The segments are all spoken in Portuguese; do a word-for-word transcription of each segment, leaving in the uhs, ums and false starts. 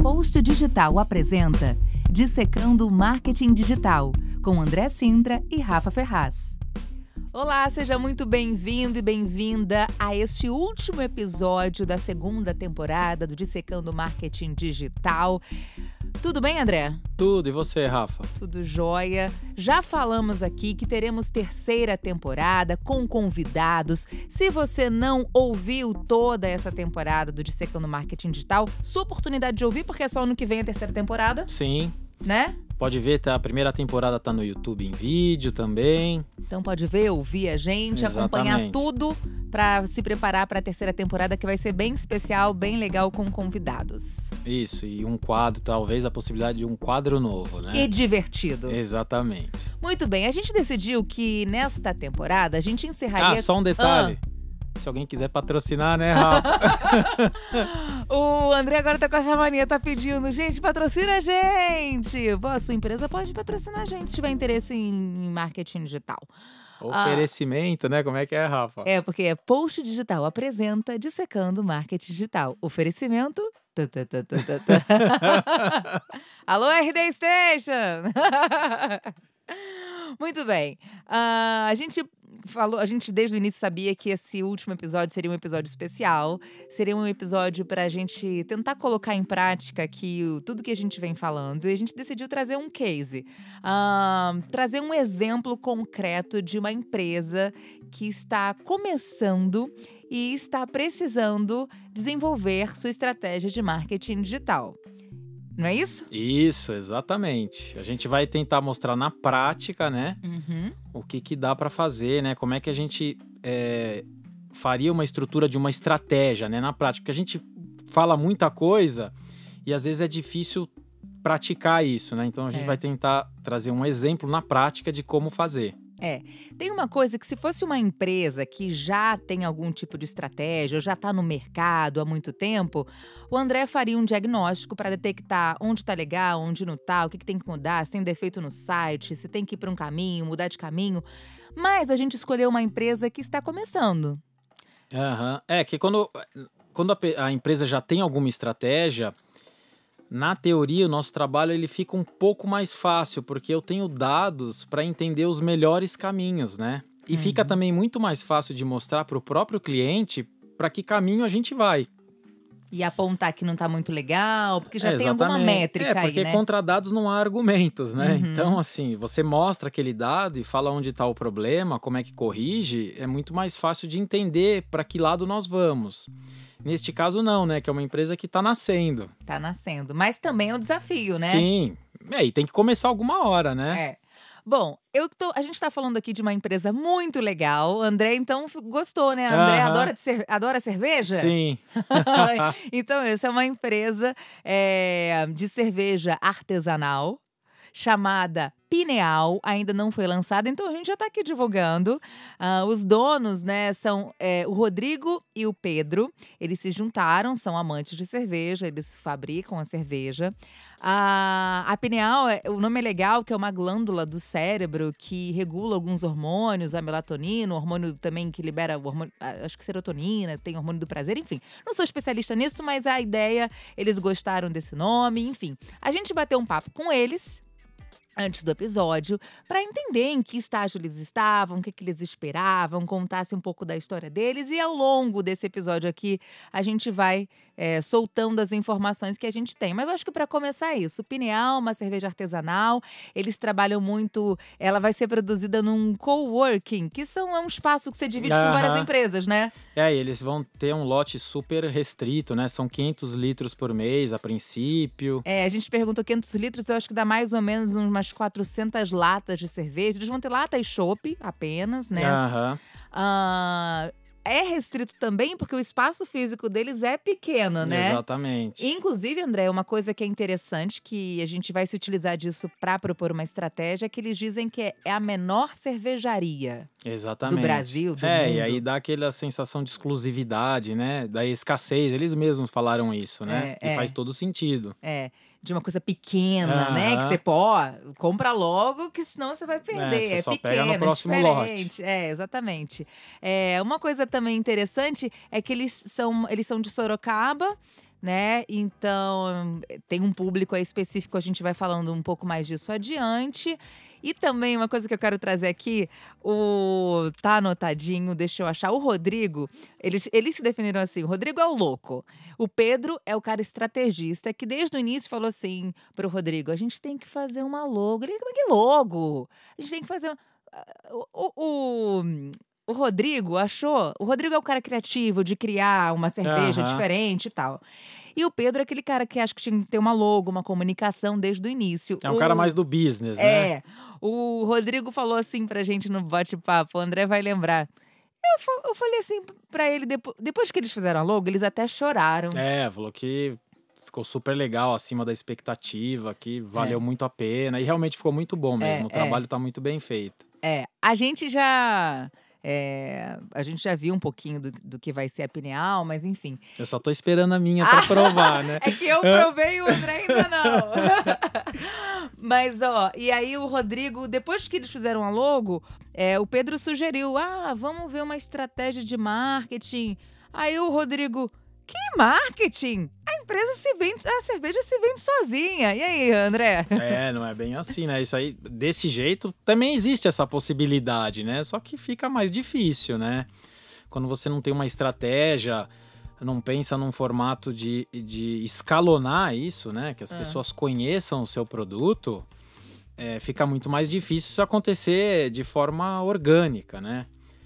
Post Digital apresenta Dissecando o Marketing Digital, com André Sintra e Rafa Ferraz. Olá, seja muito bem-vindo e bem-vinda a este último episódio da segunda temporada do Dissecando o Marketing Digital. Tudo bem, André? Tudo, e você, Rafa? Tudo jóia. Já falamos aqui que teremos terceira temporada com convidados. Se você não ouviu toda essa temporada do Dissecando Marketing Digital, sua oportunidade de ouvir, porque é só ano que vem a terceira temporada. Sim. Né? Pode ver, tá, a primeira temporada tá no YouTube em vídeo também. Então pode ver, ouvir a gente, Exatamente. Acompanhar tudo para se preparar para a terceira temporada, que vai ser bem especial, bem legal, com convidados. Isso, e um quadro, talvez a possibilidade de um quadro novo, né? E divertido. Exatamente. Muito bem, a gente decidiu que nesta temporada a gente encerraria… Ah, só um detalhe. Ah. Se alguém quiser patrocinar, né, Rafa? O André agora tá com essa mania, tá pedindo, gente, patrocina a gente! Pô, a sua empresa pode patrocinar a gente se tiver interesse em marketing digital. Oferecimento, ah, né? Como é que é, Rafa? É, porque é Post Digital apresenta Dissecando Marketing Digital. Oferecimento… Alô, R D Station! Muito bem. Uh, a gente falou, a gente desde o início sabia que esse último episódio seria um episódio especial. Seria um episódio para a gente tentar colocar em prática aqui o, tudo que a gente vem falando. E a gente decidiu trazer um case. Uh, trazer um exemplo concreto de uma empresa que está começando e está precisando desenvolver sua estratégia de marketing digital. Não é isso? Isso, exatamente. A gente vai tentar mostrar na prática, né? Uhum. O que que dá para fazer, né? Como é que a gente é, faria uma estrutura de uma estratégia, né? Na prática, porque a gente fala muita coisa e às vezes é difícil praticar isso, né? Então a gente é. vai tentar trazer um exemplo na prática de como fazer. É, tem uma coisa que se fosse uma empresa que já tem algum tipo de estratégia, ou já está no mercado há muito tempo, o André faria um diagnóstico para detectar onde está legal, onde não está, o que, que tem que mudar, se tem defeito no site, se tem que ir para um caminho, mudar de caminho. Mas a gente escolheu uma empresa que está começando. Uhum. É, que quando, quando a, a empresa já tem alguma estratégia… Na teoria, o nosso trabalho ele fica um pouco mais fácil, porque eu tenho dados para entender os melhores caminhos, né? E uhum. fica também muito mais fácil de mostrar para o próprio cliente para que caminho a gente vai. E apontar que não está muito legal, porque já é, tem alguma métrica aí, né? É, porque contra dados não há argumentos, né? Uhum. Então, assim, você mostra aquele dado e fala onde está o problema, como é que corrige, é muito mais fácil de entender para que lado nós vamos. Neste caso não, né? Que é uma empresa que está nascendo. Está nascendo, mas também é um desafio, né? Sim, é, e tem que começar alguma hora, né? É. Bom, eu tô, a gente está falando aqui de uma empresa muito legal. André, então, gostou, né? André uh-huh. adora, cer- adora cerveja? Sim. Então, essa é uma empresa é, de cerveja artesanal, chamada Pineal, ainda não foi lançada, então a gente já está aqui divulgando. Uh, os donos, né, são é, o Rodrigo e o Pedro. Eles se juntaram, são amantes de cerveja, eles fabricam a cerveja. Uh, a pineal, o nome é legal, que é uma glândula do cérebro que regula alguns hormônios, a melatonina, o hormônio também que libera o hormônio, acho que serotonina, tem hormônio do prazer, enfim. Não sou especialista nisso, mas a ideia, eles gostaram desse nome, enfim. A gente bateu um papo com eles antes do episódio, para entender em que estágio eles estavam, o que, que eles esperavam, contasse um pouco da história deles. E ao longo desse episódio aqui, a gente vai é, soltando as informações que a gente tem. Mas eu acho que para começar isso, Pineal, uma cerveja artesanal, eles trabalham muito… Ela vai ser produzida num coworking, que são, é um espaço que você divide uhum. com várias empresas, né? É, e eles vão ter um lote super restrito, né? São quinhentos litros por mês, a princípio. É, a gente perguntou quinhentos litros, eu acho que dá mais ou menos umas quatrocentas latas de cerveja. Eles vão ter lata e chopp apenas, né? Aham. Uh, é restrito também porque o espaço físico deles é pequeno, né? Exatamente. Inclusive, André, uma coisa que é interessante, que a gente vai se utilizar disso para propor uma estratégia, é que eles dizem que é a menor cervejaria Exatamente. do Brasil, do é, mundo. E aí dá aquela sensação de exclusividade, né? Da escassez. Eles mesmos falaram isso, né? É, e é. faz todo sentido. É, de uma coisa pequena, Aham. né? Que você, pô, compra logo, que senão você vai perder. É, você É só pequeno, pega no próximo é diferente. lote. É, exatamente. É, uma coisa também interessante é que eles são, eles são de Sorocaba, né? Então, tem um público aí específico, a gente vai falando um pouco mais disso adiante. E também uma coisa que eu quero trazer aqui, o tá anotadinho, deixa eu achar. O Rodrigo, eles, eles se definiram assim: o Rodrigo é o louco. O Pedro é o cara estrategista que desde o início falou assim pro Rodrigo: a gente tem que fazer uma logo. Ele, como é que logo? A gente tem que fazer. uma- O, o, o, o Rodrigo achou. O Rodrigo é o cara criativo de criar uma cerveja Aham. diferente e tal. E o Pedro é aquele cara que acha que tinha que ter uma logo, uma comunicação desde o início. É um O- cara mais do business, né? é, o Rodrigo falou assim pra gente no bate-papo, o André vai lembrar. Eu, fa- eu falei assim pra ele, depo- depois que eles fizeram a logo, eles até choraram. É, falou que ficou super legal, acima da expectativa, que valeu muito a pena. E realmente ficou muito bom mesmo. É, O trabalho tá muito bem feito. É, a gente já. é, a gente já viu um pouquinho do, do que vai ser a Pineal, mas enfim. Eu só tô esperando a minha pra provar, né? É que eu provei e o André ainda não. Mas, ó, e aí o Rodrigo, depois que eles fizeram a logo, é, o Pedro sugeriu: ah, vamos ver uma estratégia de marketing. Aí o Rodrigo, que marketing? A empresa se vende, a cerveja se vende sozinha. E aí, André? É, não é bem assim, né? Isso aí, desse jeito, também existe essa possibilidade, né? Só que fica mais difícil, né? Quando você não tem uma estratégia, não pensa num formato de, de escalonar isso, né? Que as Ah. pessoas conheçam o seu produto, é, fica muito mais difícil isso acontecer de forma orgânica, né?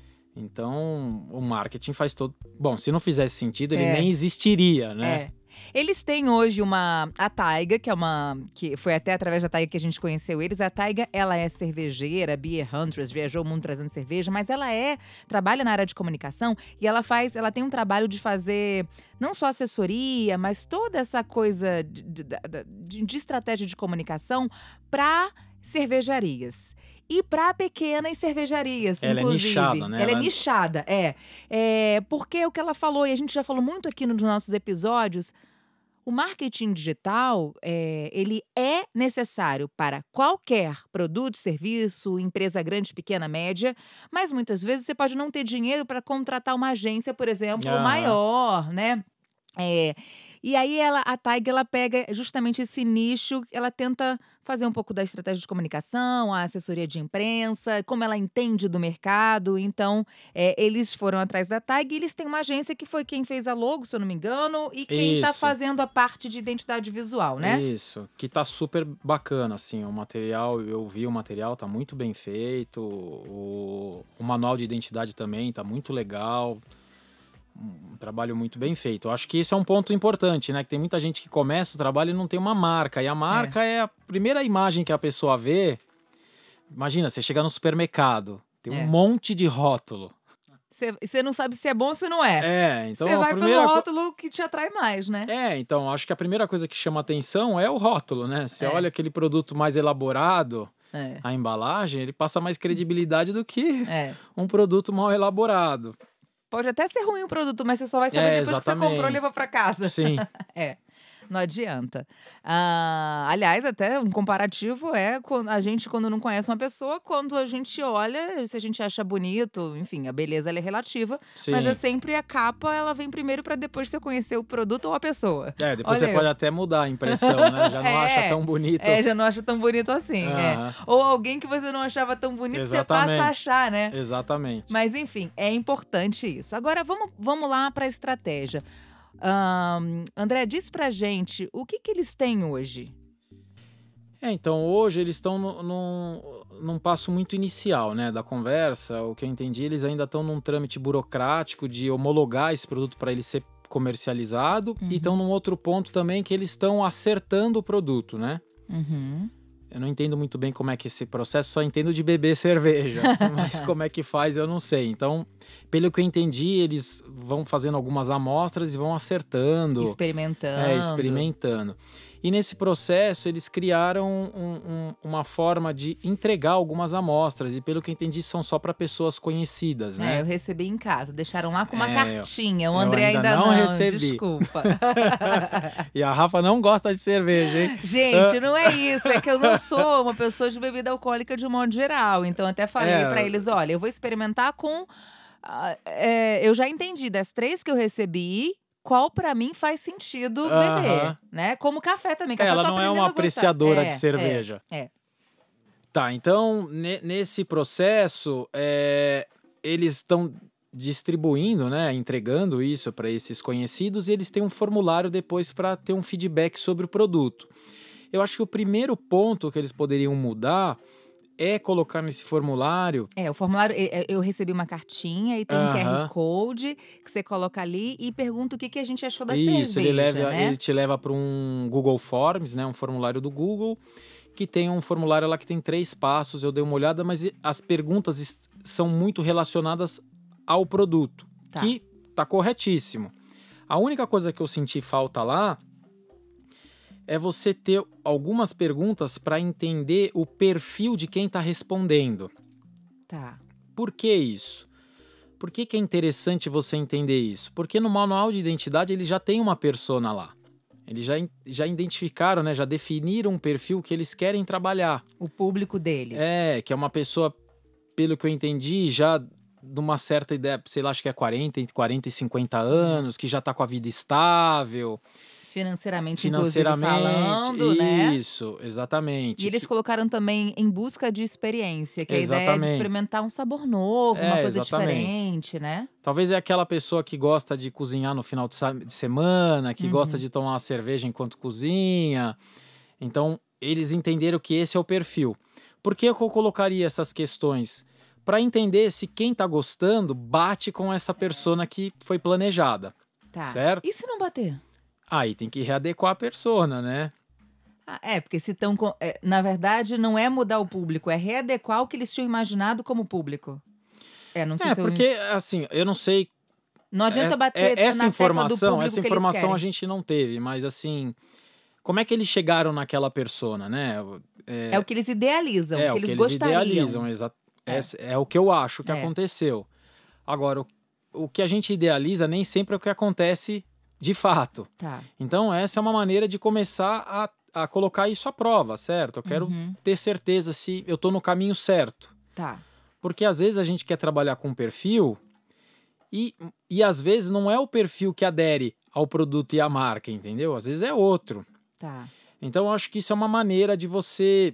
Então, o marketing faz todo. Bom, se não fizesse sentido, ele É. nem existiria, né? É. Eles têm hoje uma a Taiga, que é uma que foi até através da Taiga que a gente conheceu eles. A Taiga, ela é cervejeira, beer huntress, viajou o mundo trazendo cerveja, mas ela é trabalha na área de comunicação e ela faz, ela tem um trabalho de fazer não só assessoria, mas toda essa coisa de, de, de, de estratégia de comunicação para cervejarias. E para pequenas cervejarias, Ela é inclusive. nichada, né? Ela é Ela- nichada, é. é. Porque o que ela falou, e a gente já falou muito aqui nos nossos episódios, o marketing digital, é, ele é necessário para qualquer produto, serviço, empresa grande, pequena, média, mas muitas vezes você pode não ter dinheiro para contratar uma agência, por exemplo, Aham. maior, né? É, e aí ela, a Taiga, ela pega justamente esse nicho, ela tenta fazer um pouco da estratégia de comunicação, a assessoria de imprensa, como ela entende do mercado. Então, é, eles foram atrás da Taiga e eles têm uma agência que foi quem fez a logo, se eu não me engano, e quem está Isso. fazendo a parte de identidade visual, né? Isso, que tá super bacana, assim, o material, eu vi o material, tá muito bem feito, o, o manual de identidade também tá muito legal, um trabalho muito bem feito. Eu acho que esse é um ponto importante, né, que tem muita gente que começa o trabalho e não tem uma marca, e a marca é, a primeira imagem que a pessoa vê. Imagina, você chega no supermercado, tem um É. monte de rótulo. Você não sabe se é bom ou se não é. É, então Você a vai primeira pelo co- rótulo que te atrai mais, né? É, então, acho que a primeira coisa que chama atenção é o rótulo, né? Você É. olha aquele produto mais elaborado, É. a embalagem, ele passa mais credibilidade do que É. um produto mal elaborado. Pode até ser ruim o produto, mas você só vai saber É, depois que você exatamente. comprou e levou pra casa. Sim, É, não adianta. Ah, aliás, até um comparativo é quando a gente, quando não conhece uma pessoa, quando a gente olha, se a gente acha bonito, enfim, a beleza ela é relativa, sim. mas é sempre a capa, ela vem primeiro pra depois você conhecer o produto ou a pessoa. É, depois Olha você eu. pode até mudar a impressão, né? Já não É, acha tão bonito. É, já não acha tão bonito assim. é. Aham. Ou alguém que você não achava tão bonito, você passa a Exatamente. achar, né? Exatamente. Mas enfim, é importante isso. Agora vamos, vamos lá para a estratégia. Ahn, André, diz pra gente o que, que eles têm hoje. É, então hoje eles estão no- num, num passo muito inicial, né, da conversa. O que eu entendi, eles ainda estão num trâmite burocrático de homologar esse produto para ele ser comercializado. E estão num outro ponto também que eles estão acertando o produto, né? Uhum. Eu não entendo muito bem como é que é esse processo, só entendo de beber cerveja, mas como é que faz eu não sei. Então, pelo que eu entendi, eles vão fazendo algumas amostras e vão acertando. Experimentando. É, experimentando. E nesse processo, eles criaram um- um- uma forma de entregar algumas amostras. E pelo que eu entendi, são só para pessoas conhecidas, É, né? eu recebi em casa. Deixaram lá com uma É, cartinha. O eu André ainda ainda, não não. recebi. Desculpa. E a Rafa não gosta de cerveja, hein? Gente, não é isso. É que eu não sou uma pessoa de bebida alcoólica de um modo geral. Então, até falei É. pra eles: olha, eu vou experimentar com. ah, é, eu já entendi das três que eu recebi. qual pra mim faz sentido Aham. beber, né? Como café também. É, Café eu ela tô não é aprendendo uma a gostar. apreciadora É, de cerveja. É, é. Tá, então, ne- nesse processo, é, eles estão distribuindo, né, entregando isso para esses conhecidos e eles têm um formulário depois para ter um feedback sobre o produto. Eu acho que o primeiro ponto que eles poderiam mudar é colocar nesse formulário. É, o formulário, é, é, eu recebi uma cartinha e tem um Q R Aham. Code que você coloca ali e pergunta o que, que a gente achou da Isso, ele, cerveja, leva, né? ele te leva para um Google Forms, né, um formulário do Google, que tem um formulário lá que tem três passos. Eu dei uma olhada, mas as perguntas est- são muito relacionadas ao produto, Tá. que tá corretíssimo. A única coisa que eu senti falta lá é você ter algumas perguntas para entender o perfil de quem está respondendo. Tá. Por que isso? Por que, que é interessante você entender isso? Porque no manual de identidade eles já tem uma persona lá. Eles já, já identificaram, né? Já definiram um perfil que eles querem trabalhar. O público deles. É, que é uma pessoa, pelo que eu entendi, já de uma certa ideia, sei lá, acho que é quarenta, entre quarenta e cinquenta anos, que já está com a vida estável. Financeiramente, Financeiramente, inclusive, falando, né? isso, exatamente. E eles colocaram também em busca de experiência, que é a ideia de Exatamente. experimentar um sabor novo, uma É, coisa exatamente. diferente, né? Talvez é aquela pessoa que gosta de cozinhar no final de sa- de semana, que Uhum. gosta de tomar uma cerveja enquanto cozinha. Então, eles entenderam que esse é o perfil. Por que eu colocaria essas questões? Para entender se quem está gostando bate com essa persona que foi planejada. Tá. Certo? E se não bater? Aí tem que readequar a persona, né? Ah, é, porque se estão. É, na verdade, não é mudar o público, é readequar o que eles tinham imaginado como público. É, não sei É, se eu... porque, assim, eu não sei. Não adianta é- bater é- essa na tecla do informação, público essa que eles informação a querem. gente não teve, mas assim, como é que eles chegaram naquela persona, né? É, É o que eles idealizam, é o que eles eles gostariam. idealizam, exa- É. É. é o que eu acho que É. aconteceu. Agora, o, o que a gente idealiza nem sempre é o que acontece de fato. Tá. Então, essa é uma maneira de começar a, a colocar isso à prova, certo? Eu quero Uhum. ter certeza se eu estou no caminho certo. Tá. Porque às vezes a gente quer trabalhar com um perfil e, e às vezes não é o perfil que adere ao produto e à marca, entendeu? Às vezes é outro. Tá. Então, eu acho que isso é uma maneira de você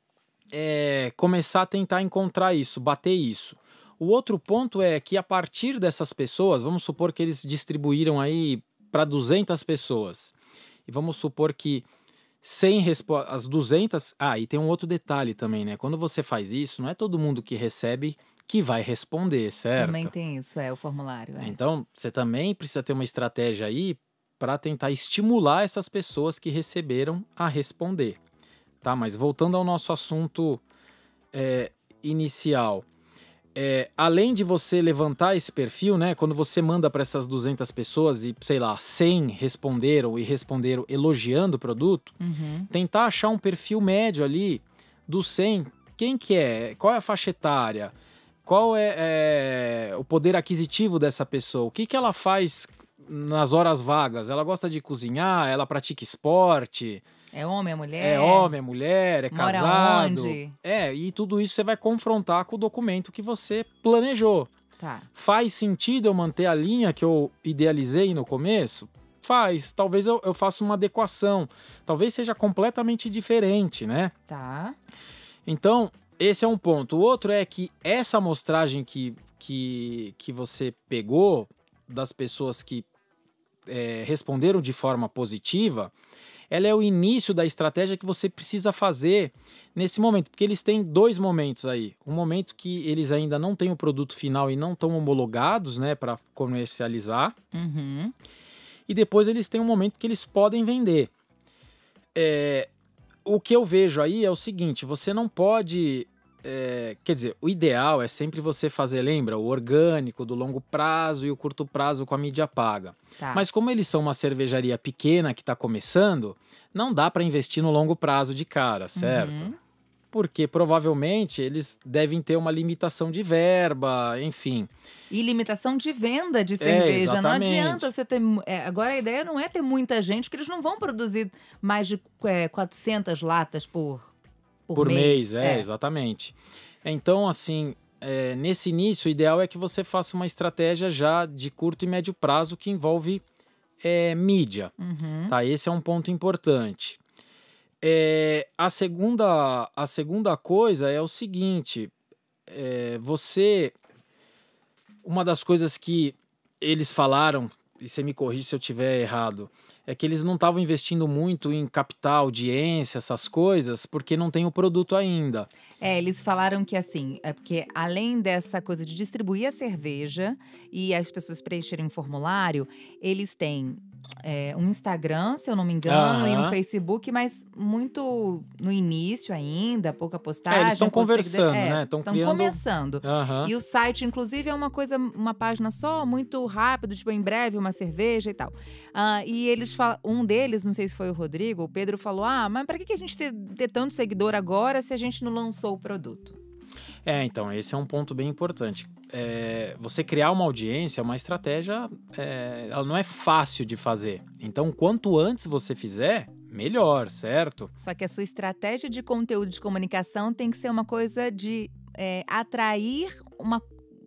é, começar a tentar encontrar isso, bater isso. O outro ponto é que a partir dessas pessoas, vamos supor que eles distribuíram aí para duzentas pessoas. E vamos supor que cem respo- as duzentas... Ah, e tem um outro detalhe também, né? Quando você faz isso, não é todo mundo que recebe que vai responder, certo? Também tem isso, é o formulário. É. Então, você também precisa ter uma estratégia aí para tentar estimular essas pessoas que receberam a responder. Tá? Mas voltando ao nosso assunto é, inicial... É, além de você levantar esse perfil, né? Quando você manda para essas duzentas pessoas e, sei lá, cem responderam e responderam elogiando o produto, Uhum. tentar achar um perfil médio ali dos cem. Quem que é? Qual é a faixa etária? Qual é, é o poder aquisitivo dessa pessoa? O que, que ela faz nas horas vagas? Ela gosta de cozinhar? Ela pratica esporte? É homem, é mulher? É homem, é mulher, é Mora casado. onde? É, e tudo isso você vai confrontar com o documento que você planejou. Tá. Faz sentido eu manter a linha que eu idealizei no começo? Faz. Talvez eu, eu faça uma adequação. Talvez seja completamente diferente, né? Tá. Então, esse é um ponto. O outro é que essa amostragem que, que, que você pegou das pessoas que é, responderam de forma positiva, ela é o início da estratégia que você precisa fazer nesse momento, porque eles têm dois momentos aí. Um momento que eles ainda não têm o produto final e não estão homologados, né, para comercializar. Uhum. E depois eles têm um momento que eles podem vender. É, o que eu vejo aí é o seguinte, você não pode... É, quer dizer, o ideal é sempre você fazer, lembra, o orgânico, do longo prazo e o curto prazo com a mídia paga. Tá. Mas como eles são uma cervejaria pequena que está começando, não dá para investir no longo prazo de cara, certo? Uhum. Porque provavelmente eles devem ter uma limitação de verba, enfim. E limitação de venda de cerveja. Não exatamente. adianta você ter... é, agora a ideia não é ter muita gente, porque eles não vão produzir mais de é, quatrocentas latas por, por, Por mês, mês. é, exatamente. Então, assim, é, nesse início, o ideal é que você faça uma estratégia já de curto e médio prazo que envolve é, mídia. Uhum. Tá? Esse é um ponto importante. É, a, segunda, a segunda coisa é o seguinte, é, você... Uma das coisas que eles falaram, e você me corrige se eu estiver errado, é que eles não estavam investindo muito em captar audiência, essas coisas, porque não tem o produto ainda. É, eles falaram que assim, é porque além dessa coisa de distribuir a cerveja e as pessoas preencherem um formulário, eles têm é, um Instagram, se eu não me engano, e um Aham. Facebook, mas muito no início ainda, pouca postagem. É, eles estão pouco conversando, seguidor. É, né? Estão estão criando... começando. Aham. E o site, inclusive, é uma coisa, uma página só, muito rápido, tipo, em breve, uma cerveja e tal. Ah, e eles falam, um deles, não sei se foi o Rodrigo, o Pedro falou: ah, mas para que que a gente ter, ter tanto seguidor agora se a gente não lançou o produto? É, então, esse é um ponto bem importante. É, você criar uma audiência é uma estratégia, é, ela não é fácil de fazer. Então, quanto antes você fizer, melhor, certo? Só que a sua estratégia de conteúdo de comunicação tem que ser uma coisa de é, atrair uma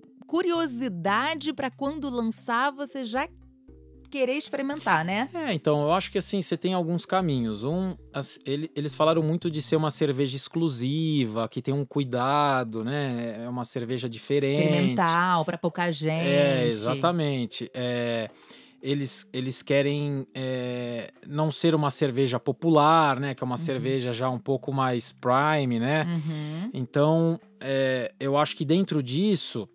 curiosidade para quando lançar você já querer experimentar, né? É, então, eu acho que assim, você tem alguns caminhos. Um, as- ele- eles falaram muito de ser uma cerveja exclusiva, que tem um cuidado, né? É uma cerveja diferente. Experimental, para pouca gente. É, exatamente. É, eles, eles querem é, não ser uma cerveja popular, né? Que é uma cerveja já um pouco mais prime, né? Uhum. Então, é, eu acho que dentro disso,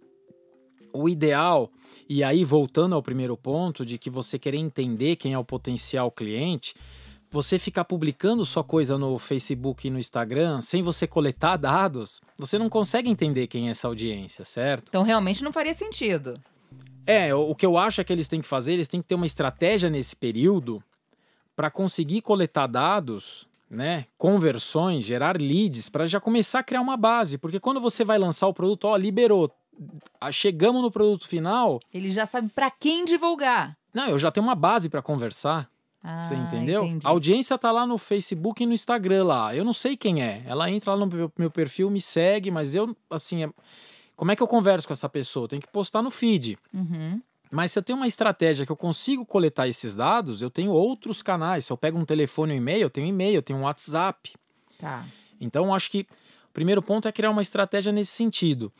o ideal, e aí voltando ao primeiro ponto, de que você querer entender quem é o potencial cliente, você ficar publicando sua coisa no Facebook e no Instagram, sem você coletar dados, você não consegue entender quem é essa audiência, certo? Então, realmente não faria sentido. É, o o que eu acho é que eles têm que fazer, eles têm que ter uma estratégia nesse período para conseguir coletar dados, né, conversões, gerar leads, para já começar a criar uma base. Porque quando você vai lançar o produto, ó, liberou, ah, chegamos no produto final, Ele já sabe para quem divulgar. não, eu já tenho uma base para conversar. Ah, Você entendeu? entendi. A audiência tá lá no Facebook e no Instagram lá. Eu não sei quem é. Ela entra lá no meu, meu perfil, me segue, mas eu, assim, é- como é que eu converso com essa pessoa? Eu tenho que postar no feed. Uhum. Mas se eu tenho uma estratégia que eu consigo coletar esses dados, eu tenho outros canais. Se eu pego um telefone ou um e-mail, eu tenho um e-mail, eu tenho um WhatsApp. Tá. Então, eu acho que o primeiro ponto é criar uma estratégia nesse sentido.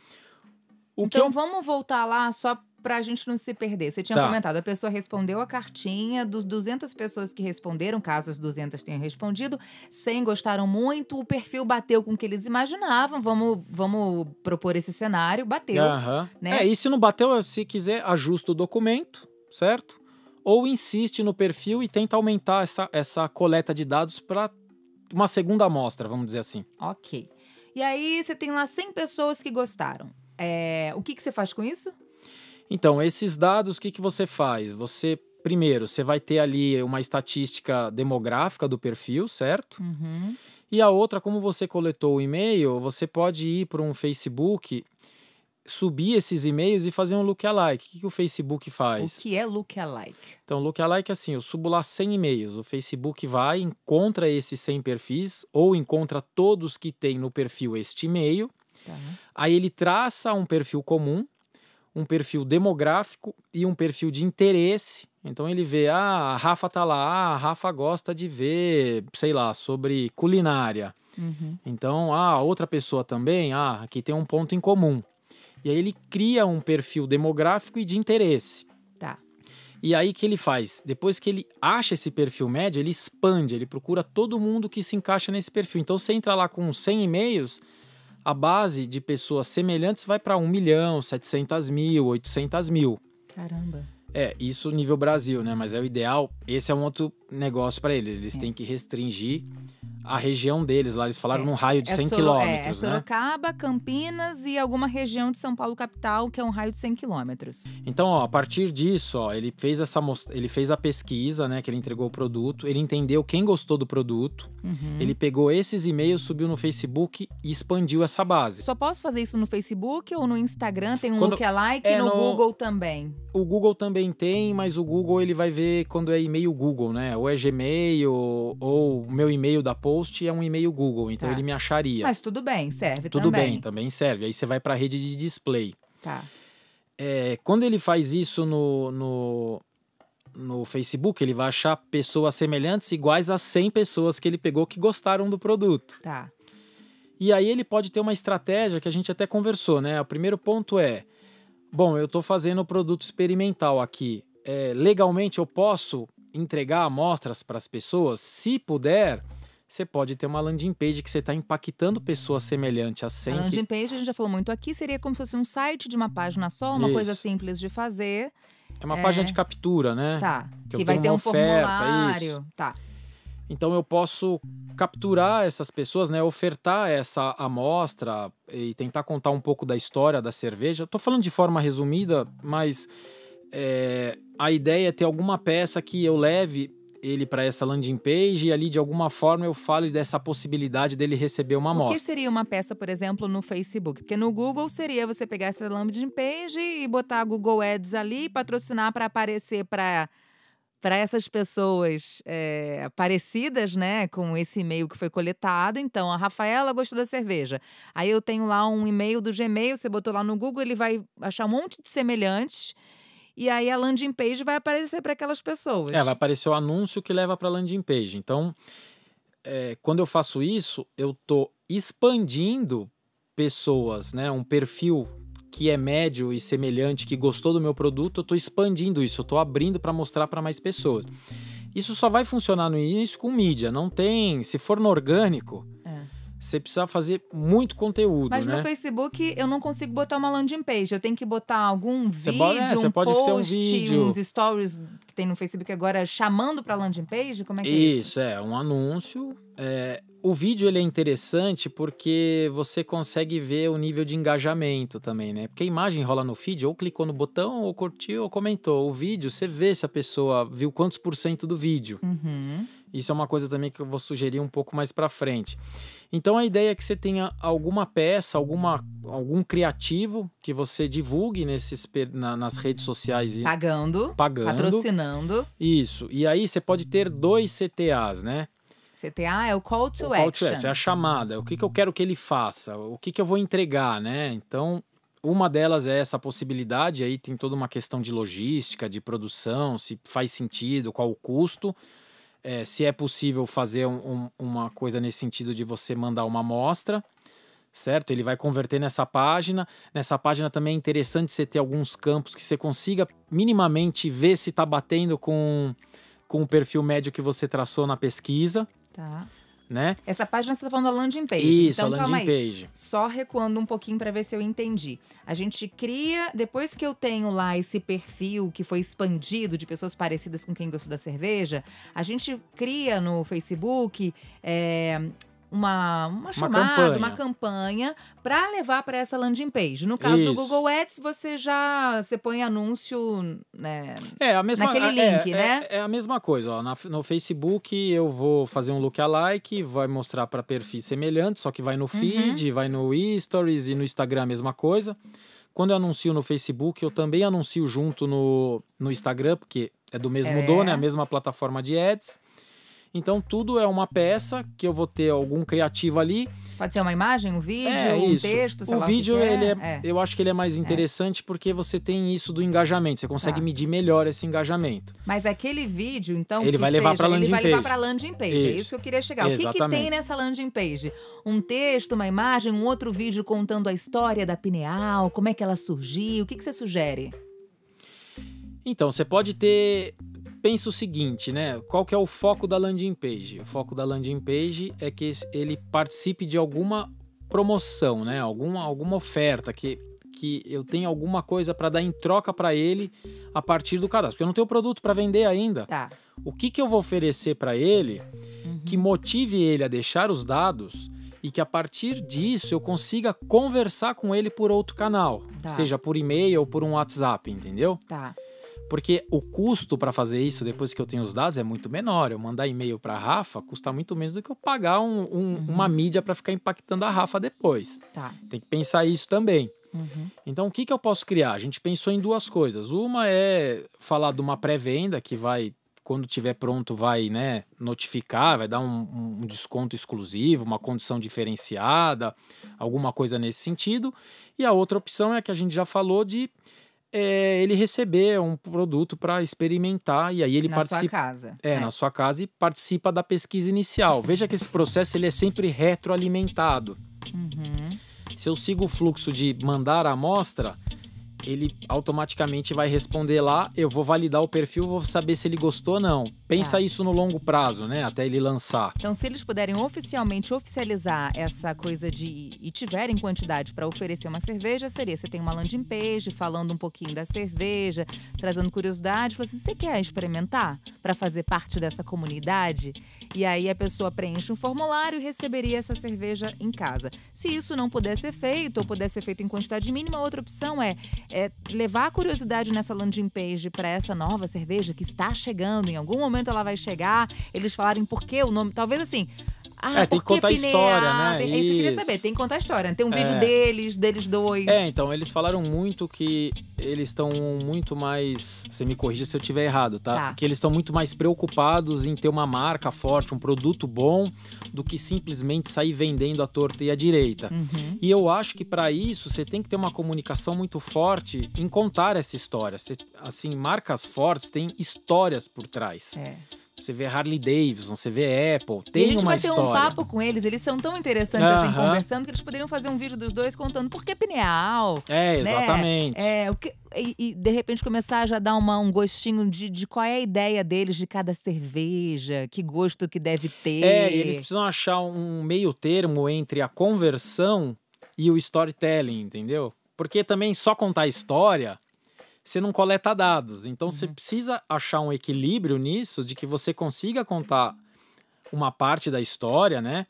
O que Então eu... vamos voltar lá só pra gente não se perder. Você tinha Tá. comentado, a pessoa respondeu a cartinha, dos duzentas pessoas que responderam, caso as duzentas tenham respondido, cem gostaram muito, o perfil bateu com o que eles imaginavam, vamos, vamos propor esse cenário, bateu. Aham. né? É, e se não bateu, se quiser, ajusta o documento, certo? Ou insiste no perfil e tenta aumentar essa, essa coleta de dados para uma segunda amostra, vamos dizer assim. Ok. E aí você tem lá cem pessoas que gostaram. É, o que, que você faz com isso? Então, esses dados, o que, que você faz? Você, primeiro, você vai ter ali uma estatística demográfica do perfil, certo? Uhum. E a outra, como você coletou o e-mail, você pode ir para um Facebook, subir esses e-mails e fazer um lookalike. O que, que o Facebook faz? O que é lookalike? Então, lookalike é assim, eu subo lá cem e-mails, o Facebook vai, encontra esses cem perfis, ou encontra todos que tem no perfil este e-mail, Tá. aí ele traça um perfil comum, um perfil demográfico e um perfil de interesse. Então ele vê, ah, a Rafa tá lá, ah, a Rafa gosta de ver, sei lá, sobre culinária. Uhum. Então, ah, outra pessoa também, ah, aqui tem um ponto em comum. E aí ele cria um perfil demográfico e de interesse. Tá. E aí o que ele faz? Depois que ele acha esse perfil médio, ele expande, ele procura todo mundo que se encaixa nesse perfil. Então você entra lá com cem e-mails, a base de pessoas semelhantes vai para um milhão, setecentos mil, oitocentos mil. Caramba. É, isso nível Brasil, né? Mas é o ideal. Esse é um outro negócio para eles. Eles É. têm que restringir a região deles. Lá eles falaram É, num raio de é cem Soro- quilômetros, É, é né? Sorocaba, Campinas e alguma região de São Paulo capital, que é um raio de cem quilômetros. Então, ó, a partir disso, ó, ele fez essa most... ele fez a pesquisa, né, que ele entregou o produto, ele entendeu quem gostou do produto, Uhum. ele pegou esses e-mails, subiu no Facebook e expandiu essa base. Só posso fazer isso no Facebook ou no Instagram? Tem um Quando- lookalike é e no, no- Google também. O Google também tem, mas o Google ele vai ver quando é e-mail Google, né? Ou é Gmail, ou o meu e-mail da post é um e-mail Google, então Tá. ele me acharia. Mas tudo bem, serve Tudo também. bem, também serve. Aí você vai para a rede de display. Tá. É, quando ele faz isso no, no, no Facebook, ele vai achar pessoas semelhantes iguais a cem pessoas que ele pegou que gostaram do produto. Tá. E aí ele pode ter uma estratégia que a gente até conversou, né? O primeiro ponto é, bom, eu estou fazendo o produto experimental aqui. É, legalmente eu posso entregar amostras para as pessoas? Se puder, você pode ter uma landing page que você está impactando pessoas semelhantes a cem. A landing que... page, a gente já falou muito aqui, seria como se fosse um site de uma página só, uma Isso. coisa simples de fazer. É uma é... página de captura, né? Tá, que, que vai ter um oferta, formulário. Isso. Tá. Então eu posso capturar essas pessoas, né? Ofertar essa amostra e tentar contar um pouco da história da cerveja. Estou falando de forma resumida, mas é, a ideia é ter alguma peça que eu leve ele para essa landing page e ali de alguma forma eu fale dessa possibilidade dele receber uma amostra. O que seria uma peça, por exemplo, no Facebook? Porque no Google seria você pegar essa landing page e botar Google Ads ali e patrocinar para aparecer para para essas pessoas é, parecidas, né, com esse e-mail que foi coletado. Então, a Rafaela gostou da cerveja. Aí eu tenho lá um e-mail do Gmail, você botou lá no Google, ele vai achar um monte de semelhantes. E aí a landing page vai aparecer para aquelas pessoas. É, vai aparecer o anúncio que leva para a landing page. Então, é, quando eu faço isso, eu estou expandindo pessoas, né, um perfil que é médio e semelhante, que gostou do meu produto, eu estou expandindo isso, eu estou abrindo para mostrar para mais pessoas. Isso só vai funcionar no início com mídia, não tem... Se for no orgânico, é. Você precisa fazer muito conteúdo, Mas né? no Facebook eu não consigo botar uma landing page, eu tenho que botar algum você vídeo, pode, é, um pode post, ser um vídeo. uns stories que tem no Facebook agora chamando para landing page? Como é que é isso? Isso, é um anúncio. É, o vídeo ele é interessante porque você consegue ver o nível de engajamento também, né? Porque a imagem rola no feed, ou clicou no botão, ou curtiu, ou comentou. O vídeo, você vê se a pessoa viu quantos por cento do vídeo. Uhum. Isso é uma coisa também que eu vou sugerir um pouco mais para frente. Então a ideia é que você tenha alguma peça, alguma, algum criativo que você divulgue nesses, na, nas redes sociais. E, pagando, pagando. Patrocinando. Isso. E aí você pode ter dois C T As, né? C T A é o call to o action. Call to action, é a chamada. O que, que eu quero que ele faça? O que, que eu vou entregar, né? Então, uma delas é essa possibilidade. Aí tem toda uma questão de logística, de produção, se faz sentido, qual o custo. É, se é possível fazer um, um, uma coisa nesse sentido de você mandar uma amostra, certo? Ele vai converter nessa página. Nessa página também é interessante você ter alguns campos que você consiga minimamente ver se está batendo com, com o perfil médio que você traçou na pesquisa. Tá. Né? Essa página você está falando da landing page. Isso, então, a calma landing aí. page. Só recuando um pouquinho para ver se eu entendi. A gente cria, depois que eu tenho lá esse perfil que foi expandido de pessoas parecidas com quem gostou da cerveja, a gente cria no Facebook é, uma, uma chamada, campanha. uma campanha para levar para essa landing page. No caso Isso. do Google Ads, você já você põe anúncio, né, é, a mesma, naquele é, link, é, né? É, é a mesma coisa. Ó. Na, no Facebook eu vou fazer um lookalike, vai mostrar para perfis semelhantes, só que vai no feed, uhum. vai no Stories e no Instagram a mesma coisa. Quando eu anuncio no Facebook, eu também anuncio junto no, no Instagram, porque é do mesmo é. dono, é a mesma plataforma de ads. Então, tudo é uma peça que eu vou ter algum criativo ali. Pode ser uma imagem, um vídeo, é, um isso. texto, sei o lá vídeo, o que ele é. é, é. eu acho que ele é mais interessante é. porque você tem isso do engajamento. Você consegue tá. medir melhor esse engajamento. Mas aquele vídeo, então, ele que vai levar para landing ele vai page. levar para landing page. Isso. É isso que eu queria chegar. Exatamente. O que, que tem nessa landing page? Um texto, uma imagem, um outro vídeo contando a história da Pineal, como é que ela surgiu. O que, que você sugere? Então, você pode ter... Pensa o seguinte, né? Qual que é o foco da landing page? O foco da landing page é que ele participe de alguma promoção, né? Alguma, alguma oferta, que, que eu tenha alguma coisa para dar em troca para ele a partir do cadastro. Porque eu não tenho produto para vender ainda. Tá. O que, que eu vou oferecer para ele uhum. que motive ele a deixar os dados e que a partir disso eu consiga conversar com ele por outro canal, tá. seja por e-mail ou por um WhatsApp, entendeu? Tá. Porque o custo para fazer isso, depois que eu tenho os dados, é muito menor. Eu mandar e-mail para a Rafa custa muito menos do que eu pagar um, um, uhum. uma mídia para ficar impactando a Rafa depois. Tá. Tem que pensar isso também. Uhum. Então, o que, que eu posso criar? A gente pensou em duas coisas. Uma é falar de uma pré-venda que vai, quando estiver pronto, vai, né, notificar, vai dar um, um desconto exclusivo, uma condição diferenciada, alguma coisa nesse sentido. E a outra opção é a que a gente já falou de é ele receber um produto para experimentar e aí ele Na sua participa. casa. É, É. na sua casa e participa da pesquisa inicial. Veja que esse processo ele é sempre retroalimentado. Uhum. Se eu sigo o fluxo de mandar a amostra, ele automaticamente vai responder lá, eu vou validar o perfil, vou saber se ele gostou ou não. Pensa Tá. isso no longo prazo, né? Até ele lançar. Então, se eles puderem oficialmente oficializar essa coisa de e tiverem quantidade para oferecer uma cerveja, seria: você tem uma landing page falando um pouquinho da cerveja, trazendo curiosidade, falando assim, você quer experimentar para fazer parte dessa comunidade? E aí a pessoa preenche um formulário e receberia essa cerveja em casa. Se isso não puder ser feito ou puder ser feito em quantidade mínima, outra opção é, é levar a curiosidade nessa landing page para essa nova cerveja que está chegando. Em algum momento ela vai chegar, eles falarem por que o nome, talvez assim. Ah, É, tem que por contar a Pineal? história, né? Tem- É isso que eu queria Isso. saber, tem que contar a história. Tem um vídeo É. deles, deles dois. É, então, eles falaram muito que eles estão muito mais. Você me corrija se eu estiver errado, tá? Tá. Que eles estão muito mais preocupados em ter uma marca forte, um produto bom, do que simplesmente sair vendendo à torta e à direita. Uhum. E eu acho que para isso você tem que ter uma comunicação muito forte em contar essa história. Você, assim, marcas fortes têm histórias por trás. É. Você vê Harley Davidson, você vê Apple, E a tem gente uma vai ter história. um papo com eles, eles são tão interessantes assim, Aham. conversando, que eles poderiam fazer um vídeo dos dois contando por que Pineal. É, exatamente. Né? É, o que, e, e, de repente começar a já dar uma, um gostinho de, de qual é a ideia deles de cada cerveja, que gosto que deve ter. É, e eles precisam achar um meio termo entre a conversão e o storytelling, entendeu? Porque também só contar a história, você não coleta dados. Então você precisa achar um equilíbrio nisso, de que você consiga contar uma parte da história, né?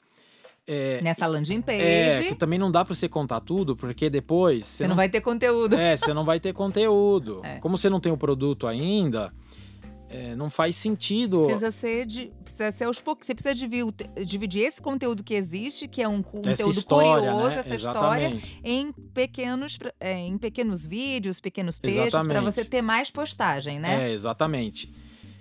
É, Nessa landing page, é, que também não dá pra você contar tudo, porque depois você não vai ter conteúdo. É, você não vai ter conteúdo. É. Como você não tem o produto ainda, é, não faz sentido. Precisa ser de, precisa ser aos poucos. Você precisa dividir, dividir esse conteúdo que existe, que é um conteúdo Essa história, curioso, né? essa história, Exatamente. em pequenos, é, em pequenos vídeos, pequenos textos, para Exatamente. você ter mais postagem, né? É, exatamente.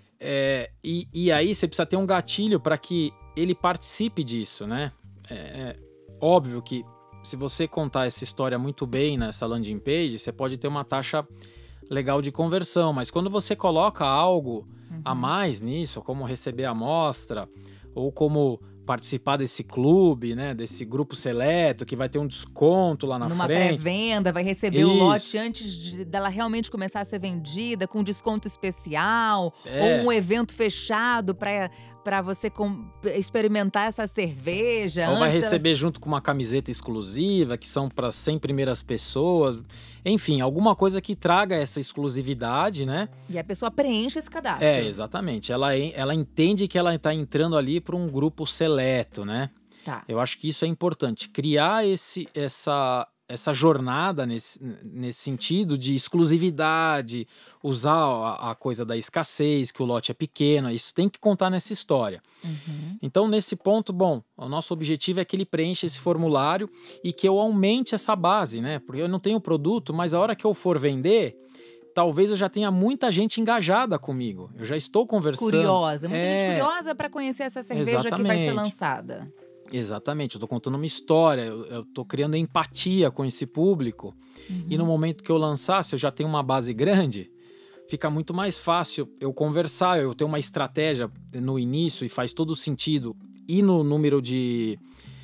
É, e, e aí você precisa ter um gatilho para que ele participe disso, né? É, é óbvio que se você contar essa história muito bem nessa landing page, você pode ter uma taxa legal de conversão, mas quando você coloca algo a mais nisso, como receber a amostra, ou como participar desse clube, né, desse grupo seleto, que vai ter um desconto lá na Numa frente. pré-venda, vai receber o Isso. lote antes de- dela realmente começar a ser vendida, com desconto especial, É. ou um evento fechado para para você com- experimentar essa cerveja. Ou vai antes dela- receber junto com uma camiseta exclusiva, que são para cem primeiras pessoas. Enfim, alguma coisa que traga essa exclusividade, né? E a pessoa preenche esse cadastro. É, exatamente. Ela, en- ela entende que ela está entrando ali para um grupo seleto, né? Tá. Eu acho que isso é importante. Criar esse, essa, essa jornada nesse, nesse sentido de exclusividade, usar a, a coisa da escassez, que o lote é pequeno, isso tem que contar nessa história. Uhum. Então, nesse ponto, bom, o nosso objetivo é que ele preencha esse formulário e que eu aumente essa base, né? Porque eu não tenho produto, mas a hora que eu for vender, talvez eu já tenha muita gente engajada comigo. Eu já estou conversando. Curiosa. Muita gente É, curiosa para conhecer essa cerveja que vai ser Exatamente. lançada. Exatamente, eu tô contando uma história, eu, eu tô criando empatia com esse público. E no momento que eu lançar, se eu já tenho uma base grande, fica muito mais fácil eu conversar, eu tenho uma estratégia no início e faz todo sentido. E no número de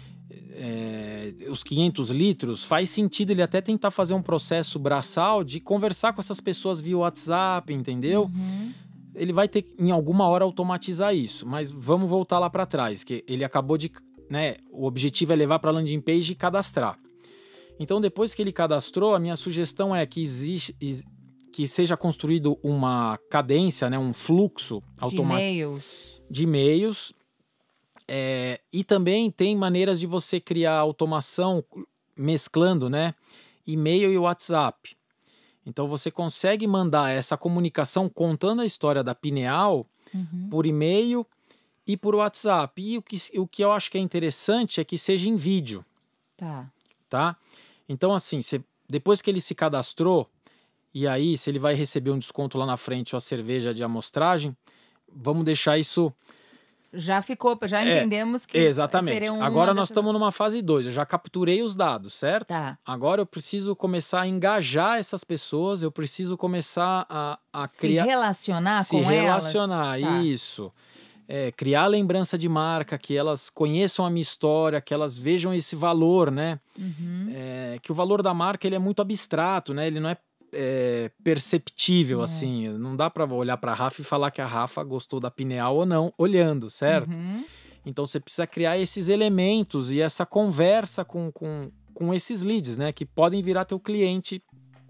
é, os quinhentos litros, faz sentido ele até tentar fazer um processo braçal de conversar com essas pessoas via WhatsApp, entendeu? Uhum. Ele vai ter que, em alguma hora, automatizar isso. Mas vamos voltar lá para trás, que ele acabou de... Né, o objetivo é levar para a landing page e cadastrar. Então, depois que ele cadastrou, a minha sugestão é que, existe, que seja construído uma cadência, né, um fluxo De automático e-mails. de e-mails. É, e também tem maneiras de você criar automação mesclando, né, e-mail e WhatsApp. Então, você consegue mandar essa comunicação contando a história da Pineal Uhum. por e-mail e por WhatsApp. E o que, o que eu acho que é interessante é que seja em vídeo, Tá. tá? Então, assim, cê, depois que ele se cadastrou, e aí, se ele vai receber um desconto lá na frente ou a cerveja de amostragem, vamos deixar isso Já ficou, já É, entendemos que exatamente. seria uma Agora nós dessas- estamos numa fase dois. Eu já capturei os dados, certo? Tá. Agora eu preciso começar a engajar essas pessoas, eu preciso começar a, a Se criar. relacionar Se com relacionar, elas. Tá. isso. É, criar lembrança de marca, que elas conheçam a minha história, que elas vejam esse valor, né? Uhum. É, que o valor da marca ele é muito abstrato, né? Ele não é, é, perceptível, É. assim. Não dá para olhar para a Rafa e falar que a Rafa gostou da Pineal ou não, olhando, certo? Uhum. Então você precisa criar esses elementos e essa conversa com, com, com esses leads, né? Que podem virar teu cliente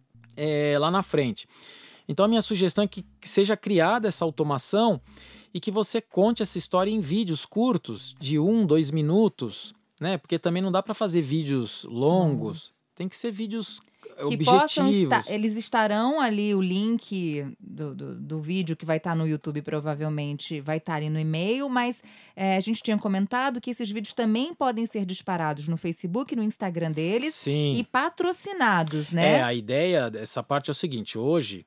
é, lá na frente. Então a minha sugestão é que, que seja criada essa automação e que você conte essa história em vídeos curtos, de um, dois minutos, né? Porque também não dá para fazer vídeos longos, Longos. tem que ser vídeos Que objetivos. possam estar, eles estarão ali, o link do, do, do vídeo que vai estar no YouTube provavelmente vai estar ali no e-mail, mas é, a gente tinha comentado que esses vídeos também podem ser disparados no Facebook, no Instagram deles Sim. e patrocinados, né? É, a ideia dessa parte é o seguinte, hoje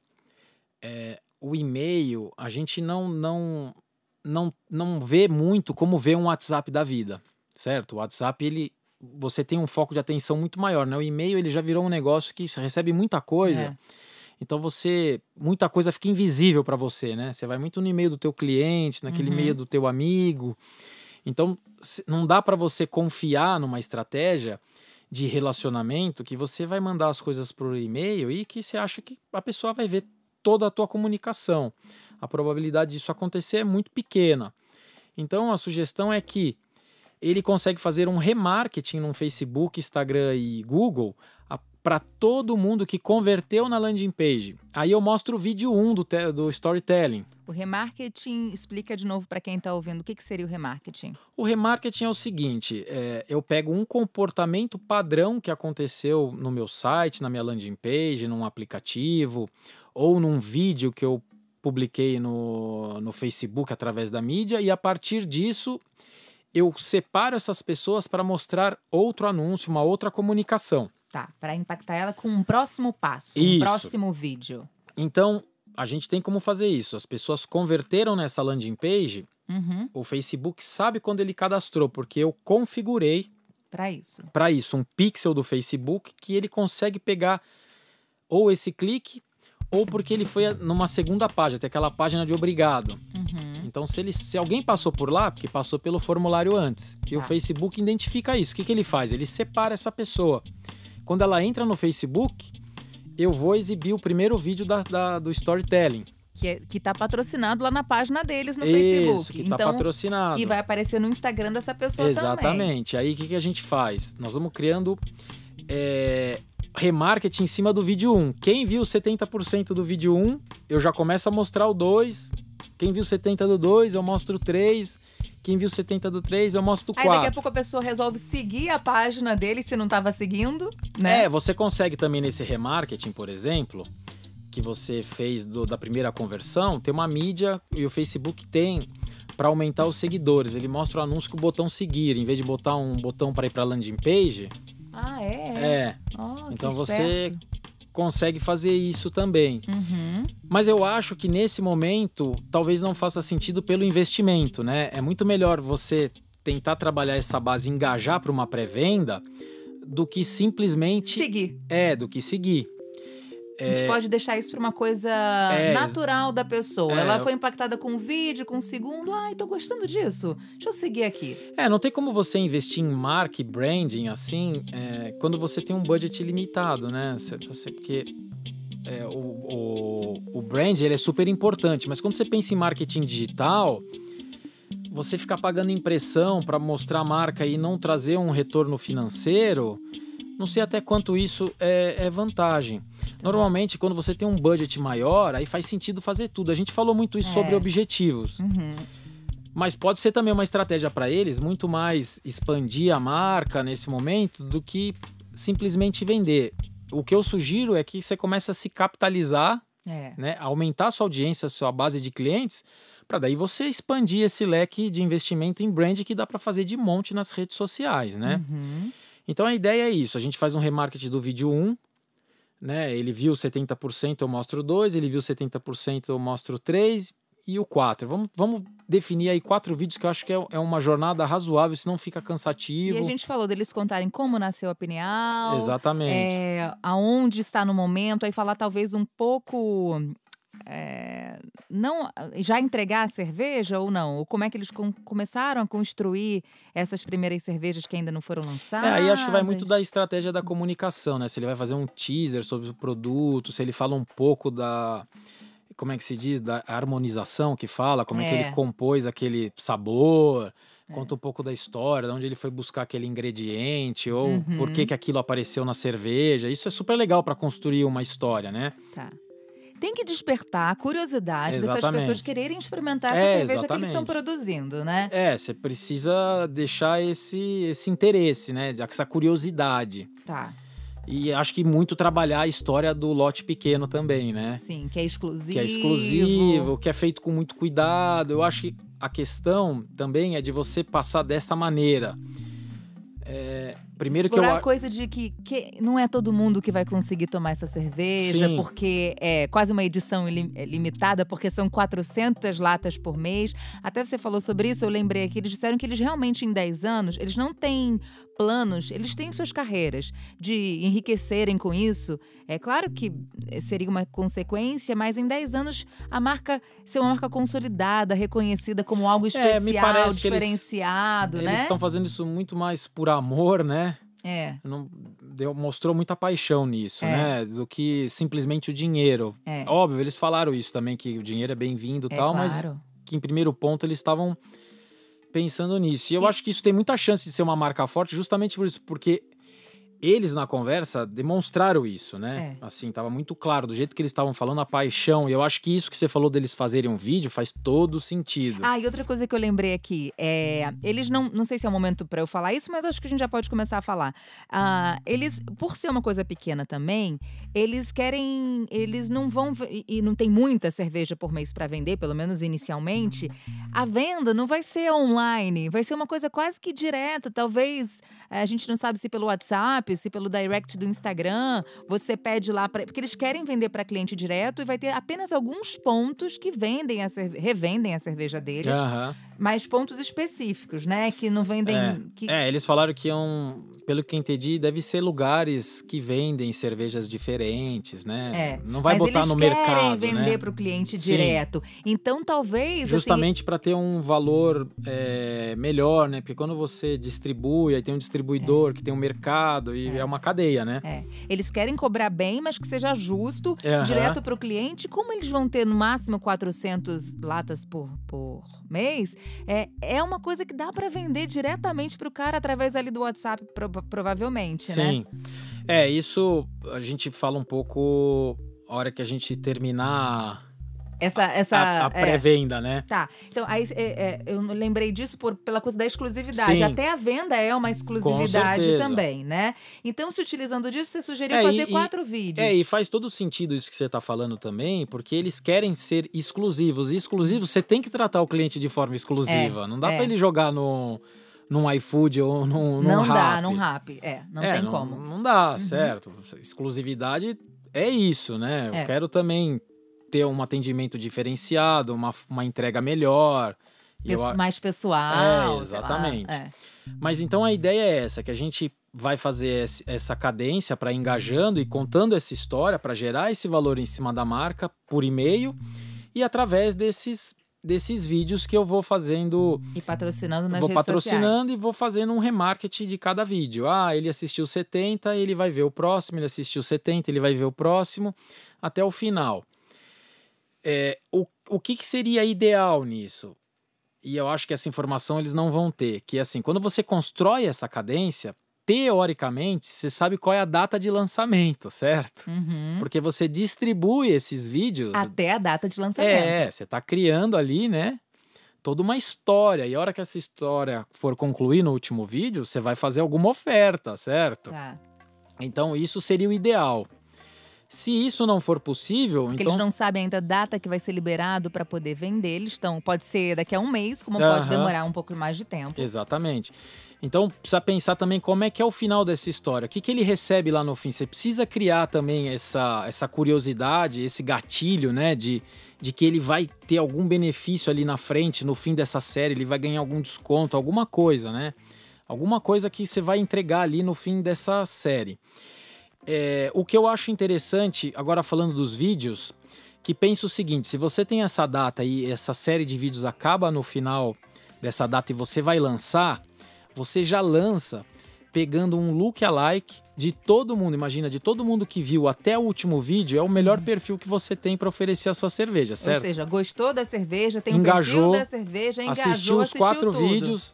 é, o e-mail a gente não, não, não, não vê muito como vê um WhatsApp da vida, certo? O WhatsApp, ele, você tem um foco de atenção muito maior, né? O e-mail ele já virou um negócio que você recebe muita coisa, É. então você, muita coisa fica invisível para você, né? Você vai muito no e-mail do teu cliente, naquele Uhum. e-mail do teu amigo, então se- não dá para você confiar numa estratégia de relacionamento que você vai mandar as coisas por e-mail e que você acha que a pessoa vai ver toda a tua comunicação. A probabilidade disso acontecer é muito pequena. Então a sugestão é que ele consegue fazer um remarketing no Facebook, Instagram e Google para todo mundo que converteu na landing page. Aí eu mostro o vídeo um do, te- do storytelling. O remarketing, explica de novo para quem está ouvindo, o que, que seria o remarketing? O remarketing é o seguinte, é, eu pego um comportamento padrão que aconteceu no meu site, na minha landing page, num aplicativo, ou num vídeo que eu publiquei no, no Facebook através da mídia, e a partir disso eu separo essas pessoas para mostrar outro anúncio, uma outra comunicação. Tá, para impactar ela com um próximo passo, um Isso. próximo vídeo. Então, a gente tem como fazer isso. As pessoas converteram nessa landing page, Uhum. o Facebook sabe quando ele cadastrou, porque eu configurei Para isso. para isso um pixel do Facebook que ele consegue pegar ou esse clique ou porque ele foi numa segunda página, tem aquela página de obrigado. Uhum. Então, se, ele, se alguém passou por lá, porque passou pelo formulário antes, e o Tá. Facebook identifica isso, o que, que ele faz? Ele separa essa pessoa. Quando ela entra no Facebook, eu vou exibir o primeiro vídeo da, da- do storytelling. Que, é, que tá patrocinado lá na página deles no Isso, Facebook. que está então, patrocinado. e vai aparecer no Instagram dessa pessoa também. Exatamente. Aí o que, que a gente faz? Nós vamos criando é, remarketing em cima do vídeo um. Quem viu setenta por cento do vídeo um, eu já começo a mostrar o dois. Quem viu setenta por cento do dois, eu mostro o três. Quem viu setenta por cento do três, eu mostro o Aí daqui a quatro. pouco a pessoa resolve seguir a página dele se não estava seguindo, né? É, você consegue também nesse remarketing, por exemplo, que você fez do- da primeira conversão, tem uma mídia e o Facebook tem para aumentar os seguidores. Ele mostra o anúncio com o botão seguir, em vez de botar um botão para ir para landing page. Ah, é? É, Oh, que então você esperto. consegue fazer isso também. Uhum. Mas eu acho que nesse momento talvez não faça sentido pelo investimento, né? É muito melhor você tentar trabalhar essa base, engajar para uma pré-venda, do que simplesmente Seguir. é, do que seguir. A gente pode deixar isso para uma coisa É, natural da pessoa. é, Ela eu- foi impactada com um vídeo, com um segundo. Ai, tô gostando disso. Deixa eu seguir aqui. É, não tem como você investir em marca e branding assim, é, quando você tem um budget limitado, né? Você, você- porque é, o, o, o brand ele é super importante, mas quando você pensa em marketing digital, você ficar pagando impressão para mostrar a marca e não trazer um retorno financeiro, não sei até quanto isso é, é vantagem. Normalmente, quando você tem um budget maior, aí faz sentido fazer tudo. A gente falou muito isso É. sobre objetivos. Uhum. Mas pode ser também uma estratégia para eles muito mais expandir a marca nesse momento do que simplesmente vender. O que eu sugiro é que você comece a se capitalizar, É. né, aumentar a sua audiência, a sua base de clientes, para daí você expandir esse leque de investimento em brand que dá para fazer de monte nas redes sociais, né? Uhum. Então a ideia é isso, a gente faz um remarketing do vídeo um, né? Ele viu setenta por cento, eu mostro dois, ele viu setenta por cento, eu mostro três, e o quatro. Vamos, vamos definir aí quatro vídeos que eu acho que é, é uma jornada razoável, senão fica cansativo. E a gente falou deles contarem como nasceu a Pineal. Exatamente. É, aonde está no momento, aí falar talvez um pouco... É, não, já entregar a cerveja ou não? Ou como é que eles com, começaram a construir essas primeiras cervejas que ainda não foram lançadas? É, aí acho que vai muito da estratégia da comunicação, né? Se ele vai fazer um teaser sobre o produto, se ele fala um pouco da... Como é que se diz? Da harmonização que fala, como é, é que ele compôs aquele sabor... É. Conta um pouco da história, de onde ele foi buscar aquele ingrediente, ou uhum. por que, que aquilo apareceu na cerveja. Isso é super legal para construir uma história, né? Tá. Tem que despertar a curiosidade Exatamente. dessas pessoas quererem experimentar essa é, cerveja exatamente. que eles estão produzindo, né? É, você precisa deixar esse, esse interesse, né? Essa curiosidade. Tá. E acho que muito trabalhar a história do lote pequeno também, né? Sim, que é exclusivo. Que é exclusivo, que é feito com muito cuidado. Eu acho que a questão também é de você passar desta maneira. É, primeiro Explorar que eu... a coisa de que, que não é todo mundo que vai conseguir tomar essa cerveja, Sim. porque é quase uma edição ilim- limitada, porque são quatrocentas latas por mês. Até você falou sobre isso, eu lembrei aqui, eles disseram que eles realmente em dez anos, eles não têm planos, eles têm suas carreiras de enriquecerem com isso. É claro que seria uma consequência, mas em dez anos a marca ser uma marca consolidada, reconhecida como algo especial, é, me parece diferenciado, que né? Eles estão fazendo isso muito mais por amor, né? É. Não, deu, mostrou muita paixão nisso, É. né? Do que simplesmente o dinheiro. É. Óbvio, eles falaram isso também, que o dinheiro é bem-vindo e É tal, claro. mas que em primeiro ponto eles estavam pensando nisso. E eu E... acho que isso tem muita chance de ser uma marca forte justamente por isso, porque eles na conversa demonstraram isso, né? É. Assim, tava muito claro, do jeito que eles estavam falando, a paixão. E eu acho que isso que você falou deles fazerem um vídeo faz todo sentido. Ah, e outra coisa que eu lembrei aqui, é, eles não, não sei se é o momento para eu falar isso, mas acho que a gente já pode começar a falar. Ah, eles, por ser uma coisa pequena também, eles querem, eles não vão, e, e não tem muita cerveja por mês para vender, pelo menos inicialmente, a venda não vai ser online, vai ser uma coisa quase que direta, talvez, a gente não sabe se pelo WhatsApp, se pelo direct do Instagram, você pede lá, pra, porque eles querem vender para cliente direto e vai ter apenas alguns pontos que vendem a cerve- revendem a cerveja deles, Aham. mas pontos específicos, né? Que não vendem... É, que... é, eles falaram que iam, pelo que eu entendi, deve ser lugares que vendem cervejas diferentes, né? É, Não vai mas botar eles no querem mercado, vender né? para o cliente Sim. direto. Então, talvez... Justamente para ter um valor é, melhor, né? Porque quando você distribui, aí tem um distribuidor É. que tem um mercado e é, é uma cadeia, né? É. Eles querem cobrar bem, mas que seja justo, Uhum. direto para o cliente. Como eles vão ter no máximo quatrocentas latas por, por mês, é, é uma coisa que dá para vender diretamente para o cara através ali do WhatsApp, pro, provavelmente, né? Sim. É, isso a gente fala um pouco a hora que a gente terminar Essa, essa, a, a é. pré-venda, né? Tá, então aí é, é, eu lembrei disso por, pela coisa da exclusividade. Sim. Até a venda é uma exclusividade certeza. também, né? Então, se utilizando disso, você sugeriu É, fazer e- quatro vídeos. É, e faz todo sentido isso que você está falando também, porque eles querem ser exclusivos. E exclusivos, você tem que tratar o cliente de forma exclusiva. É, não dá é. para ele jogar no, num iFood ou num, num Não dá, Rappi. num rap. É, não É, tem não, como. Não dá, certo. Exclusividade é isso, né? É. Eu quero também ter um atendimento diferenciado, uma, uma entrega melhor. E eu Pesso- a- mais pessoal. É, sei lá, exatamente. é. Mas então a ideia é essa, que a gente vai fazer esse- essa cadência para engajando e contando essa história para gerar esse valor em cima da marca por e-mail e através desses, desses vídeos que eu vou fazendo, E patrocinando nas vou redes patrocinando sociais. e vou fazendo um remarketing de cada vídeo. Ah, ele assistiu setenta, ele vai ver o próximo, ele assistiu setenta, ele vai ver o próximo, até o final. É, o, o que, que seria ideal nisso? E eu acho que essa informação eles não vão ter, que é assim, quando você constrói essa cadência, teoricamente, você sabe qual é a data de lançamento, certo? Uhum. Porque você distribui esses vídeos. Até a data de lançamento. É, você está criando ali, né? Toda uma história. E a hora que essa história for concluir no último vídeo, você vai fazer alguma oferta, certo? Tá. Então, isso seria o ideal. Se isso não for possível, Porque então... eles não sabem ainda a data que vai ser liberado para poder vender. Eles estão, pode ser daqui a um mês, como pode Aham. demorar um pouco mais de tempo. Exatamente. Então, precisa pensar também como é que é o final dessa história. O que, que ele recebe lá no fim? Você precisa criar também essa, essa curiosidade, esse gatilho, né? De, de que ele vai ter algum benefício ali na frente, no fim dessa série, ele vai ganhar algum desconto, alguma coisa, né? Alguma coisa que você vai entregar ali no fim dessa série. É, o que eu acho interessante, agora falando dos vídeos, que pensa o seguinte, se você tem essa data e essa série de vídeos acaba no final dessa data e você vai lançar, você já lança pegando um look-alike de todo mundo, imagina, de todo mundo que viu até o último vídeo, é o melhor perfil que você tem para oferecer a sua cerveja, certo? Ou seja, gostou da cerveja, tem Engajou, um perfil da cerveja, engajou, assistiu os assistiu quatro tudo. vídeos.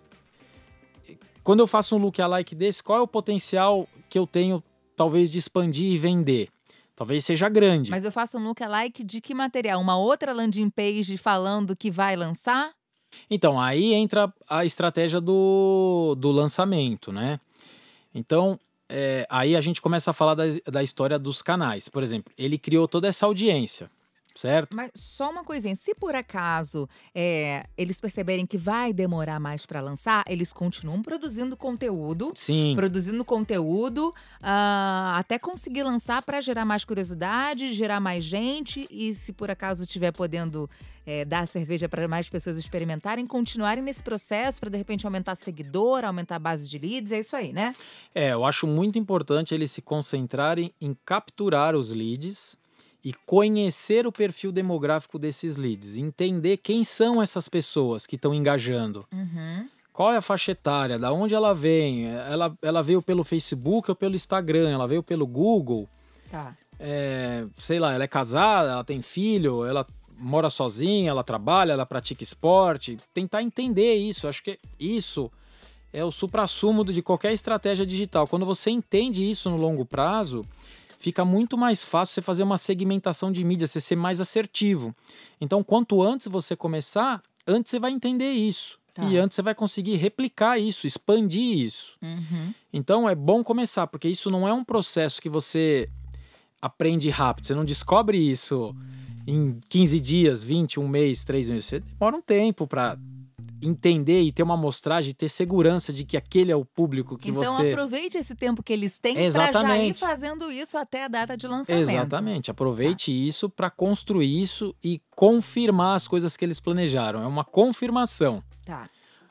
Quando eu faço um look-alike desse, qual é o potencial que eu tenho, talvez, de expandir e vender? Talvez seja grande. Mas eu faço um look-alike de que material? Uma outra landing page falando que vai lançar? Então, aí entra a estratégia do, do lançamento, né? Então, é, aí a gente começa a falar da, da história dos canais. Por exemplo, ele criou toda essa audiência, certo? Mas só uma coisinha, se por acaso é, eles perceberem que vai demorar mais para lançar, eles continuam produzindo conteúdo, Sim. produzindo conteúdo ah, até conseguir lançar para gerar mais curiosidade, gerar mais gente e se por acaso estiver podendo é, dar cerveja para mais pessoas experimentarem, continuarem nesse processo para de repente aumentar seguidor, aumentar a base de leads, é isso aí, né? É, eu acho muito importante eles se concentrarem em capturar os leads e conhecer o perfil demográfico desses leads, entender quem são essas pessoas que estão engajando. Uhum. Qual é a faixa etária, da onde ela vem, ela, ela veio pelo Facebook ou pelo Instagram, ela veio pelo Google, Tá. é, sei lá, ela é casada, ela tem filho, ela mora sozinha, ela trabalha, ela pratica esporte, tentar entender isso, acho que isso é o suprassumo de qualquer estratégia digital. Quando você entende isso no longo prazo, fica muito mais fácil você fazer uma segmentação de mídia, você ser mais assertivo. Então, quanto antes você começar, antes você vai entender isso. Tá. E antes você vai conseguir replicar isso, expandir isso. Uhum. Então, é bom começar, porque isso não é um processo que você aprende rápido. Você não descobre isso em quinze dias, vinte, um mês, três meses. Você demora um tempo para entender e ter uma amostragem, ter segurança de que aquele é o público que então, você... Então aproveite esse tempo que eles têm para já ir Exatamente. fazendo isso até a data de lançamento. Exatamente. Aproveite isso para construir isso e confirmar as coisas que eles planejaram. É uma confirmação. Tá.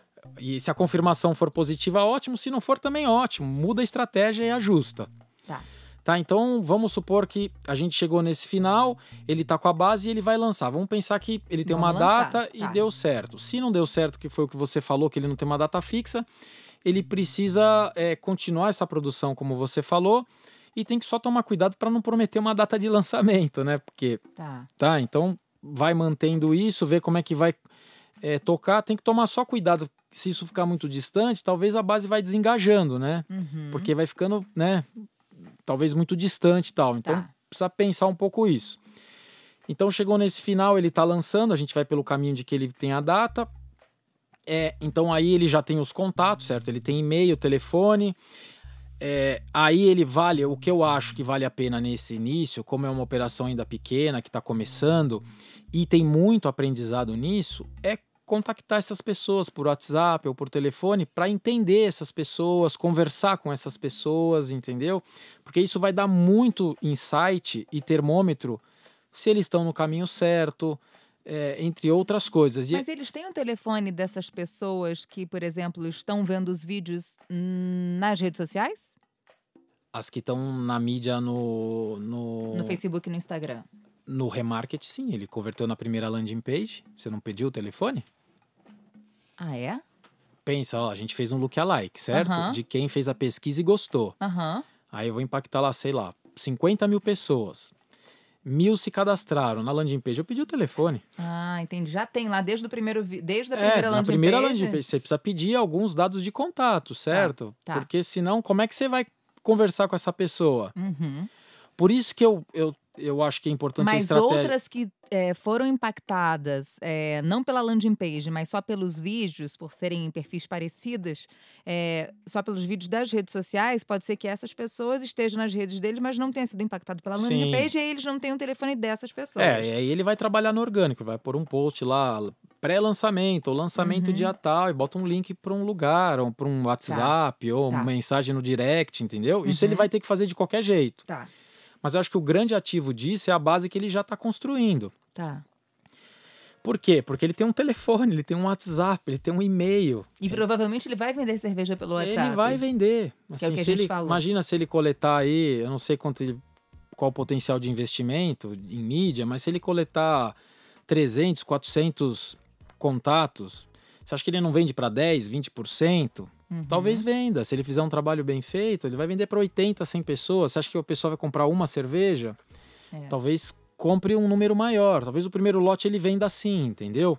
E se a confirmação for positiva, ótimo. Se não for, também ótimo. Muda a estratégia e ajusta. Tá. Tá, então vamos supor que a gente chegou nesse final, ele tá com a base e ele vai lançar. Vamos pensar que ele tem Vamos uma lançar, data e tá. deu certo. Se não deu certo, que foi o que você falou, que ele não tem uma data fixa, ele precisa é, continuar essa produção, como você falou, e tem que só tomar cuidado para não prometer uma data de lançamento, né? Porque, Tá. tá, então vai mantendo isso, ver como é que vai é, tocar, tem que tomar só cuidado. Se isso ficar muito distante, talvez a base vai desengajando, né? Uhum. Porque vai ficando, né? Talvez muito distante e tal. Então, Tá. precisa pensar um pouco isso. Então, chegou nesse final, ele está lançando, a gente vai pelo caminho de que ele tem a data. É, então, aí ele já tem os contatos, certo? Ele tem e-mail, telefone. É, aí ele vale, o que eu acho que vale a pena nesse início, como é uma operação ainda pequena, que está começando, e tem muito aprendizado nisso, é contactar essas pessoas por WhatsApp ou por telefone para entender essas pessoas, conversar com essas pessoas, entendeu? Porque isso vai dar muito insight e termômetro se eles estão no caminho certo, é, entre outras coisas. Mas eles têm o telefone dessas pessoas que, por exemplo, estão vendo os vídeos hum, nas redes sociais? As que estão na mídia no, no... No Facebook e no Instagram. No remarket, sim. Ele converteu na primeira landing page. Você não pediu o telefone? Ah, é? Pensa, ó, a gente fez um look-alike, certo? Aham. De quem fez a pesquisa e gostou. Aham. Aí eu vou impactar lá, sei lá, cinquenta mil pessoas. Mil se cadastraram na landing page. Eu pedi o telefone. Ah, entendi. Já tem lá desde o primeiro vi- desde a É, primeira na landing primeira page. landing page. Você precisa pedir alguns dados de contato, certo? tá. Porque senão, como é que você vai conversar com essa pessoa? Uhum. Por isso que eu, eu eu acho que é importante a Mas estratégia. outras que é, foram impactadas, é, não pela landing page, mas só pelos vídeos, por serem em perfis parecidas, é, só pelos vídeos das redes sociais, pode ser que essas pessoas estejam nas redes deles, mas não tenham sido impactadas pela landing Sim. page e aí eles não têm o telefone dessas pessoas. É, e aí ele vai trabalhar no orgânico, vai pôr um post lá, pré-lançamento ou lançamento Uhum. dia tal, e bota um link para um lugar, ou para um WhatsApp, ou Tá. mensagem no direct, entendeu? Isso ele Uhum. vai ter que fazer de qualquer jeito. Tá, Mas eu acho que o grande ativo disso é a base que ele já está construindo. tá. Por quê? Porque ele tem um telefone, ele tem um WhatsApp, ele tem um e-mail. E provavelmente ele vai vender cerveja pelo WhatsApp. Ele vai vender. Que é o que a se gente ele, falou. Imagina se ele coletar aí, eu não sei quanto ele, qual o potencial de investimento em mídia, mas se ele coletar trezentos, quatrocentos contatos, você acha que ele não vende para dez, vinte por cento? Uhum. Talvez venda. Se ele fizer um trabalho bem feito, ele vai vender para oitenta, cem pessoas. Você acha que a pessoa vai comprar uma cerveja? É. Talvez compre um número maior. Talvez o primeiro lote ele venda assim, entendeu?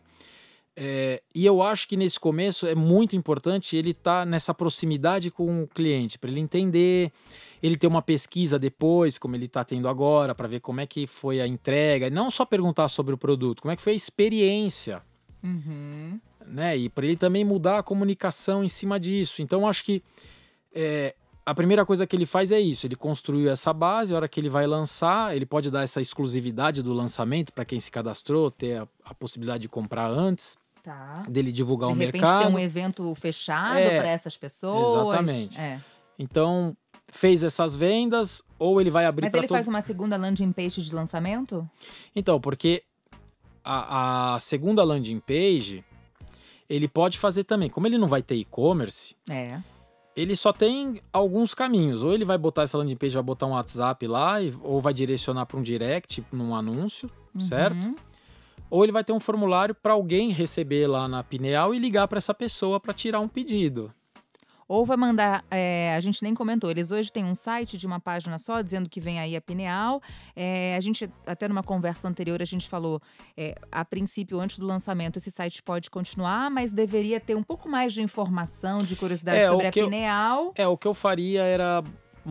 É, e eu acho que nesse começo é muito importante ele estar nessa proximidade com o cliente, para ele entender, ele ter uma pesquisa depois, como ele está tendo agora, para ver como é que foi a entrega. E não só perguntar sobre o produto, como é que foi a experiência. Uhum. Né? E para ele também mudar a comunicação em cima disso. Então, acho que é, a primeira coisa que ele faz é isso. Ele construiu essa base, a hora que ele vai lançar, ele pode dar essa exclusividade do lançamento para quem se cadastrou, ter a, a possibilidade de comprar antes, Tá. dele divulgar De o repente mercado. tem um evento fechado É, para essas pessoas. exatamente. É. Então, fez essas vendas, ou ele vai abrir Mas para ele todo... faz uma segunda landing page de lançamento? Então, porque a, a segunda landing page, ele pode fazer também. Como ele não vai ter e-commerce, É. ele só tem alguns caminhos. Ou ele vai botar essa landing page, vai botar um WhatsApp lá, e- ou vai direcionar para um direct, num anúncio, certo? Uhum. Ou ele vai ter um formulário para alguém receber lá na Pineal e ligar para essa pessoa para tirar um pedido. Ou vai mandar, é, a gente nem comentou, eles hoje têm um site de uma página só, dizendo que vem aí a Pineal. É, a gente, até numa conversa anterior, a gente falou, é, a princípio, antes do lançamento, esse site pode continuar, mas deveria ter um pouco mais de informação, de curiosidade É, sobre o a que eu- Pineal. É, o que eu faria era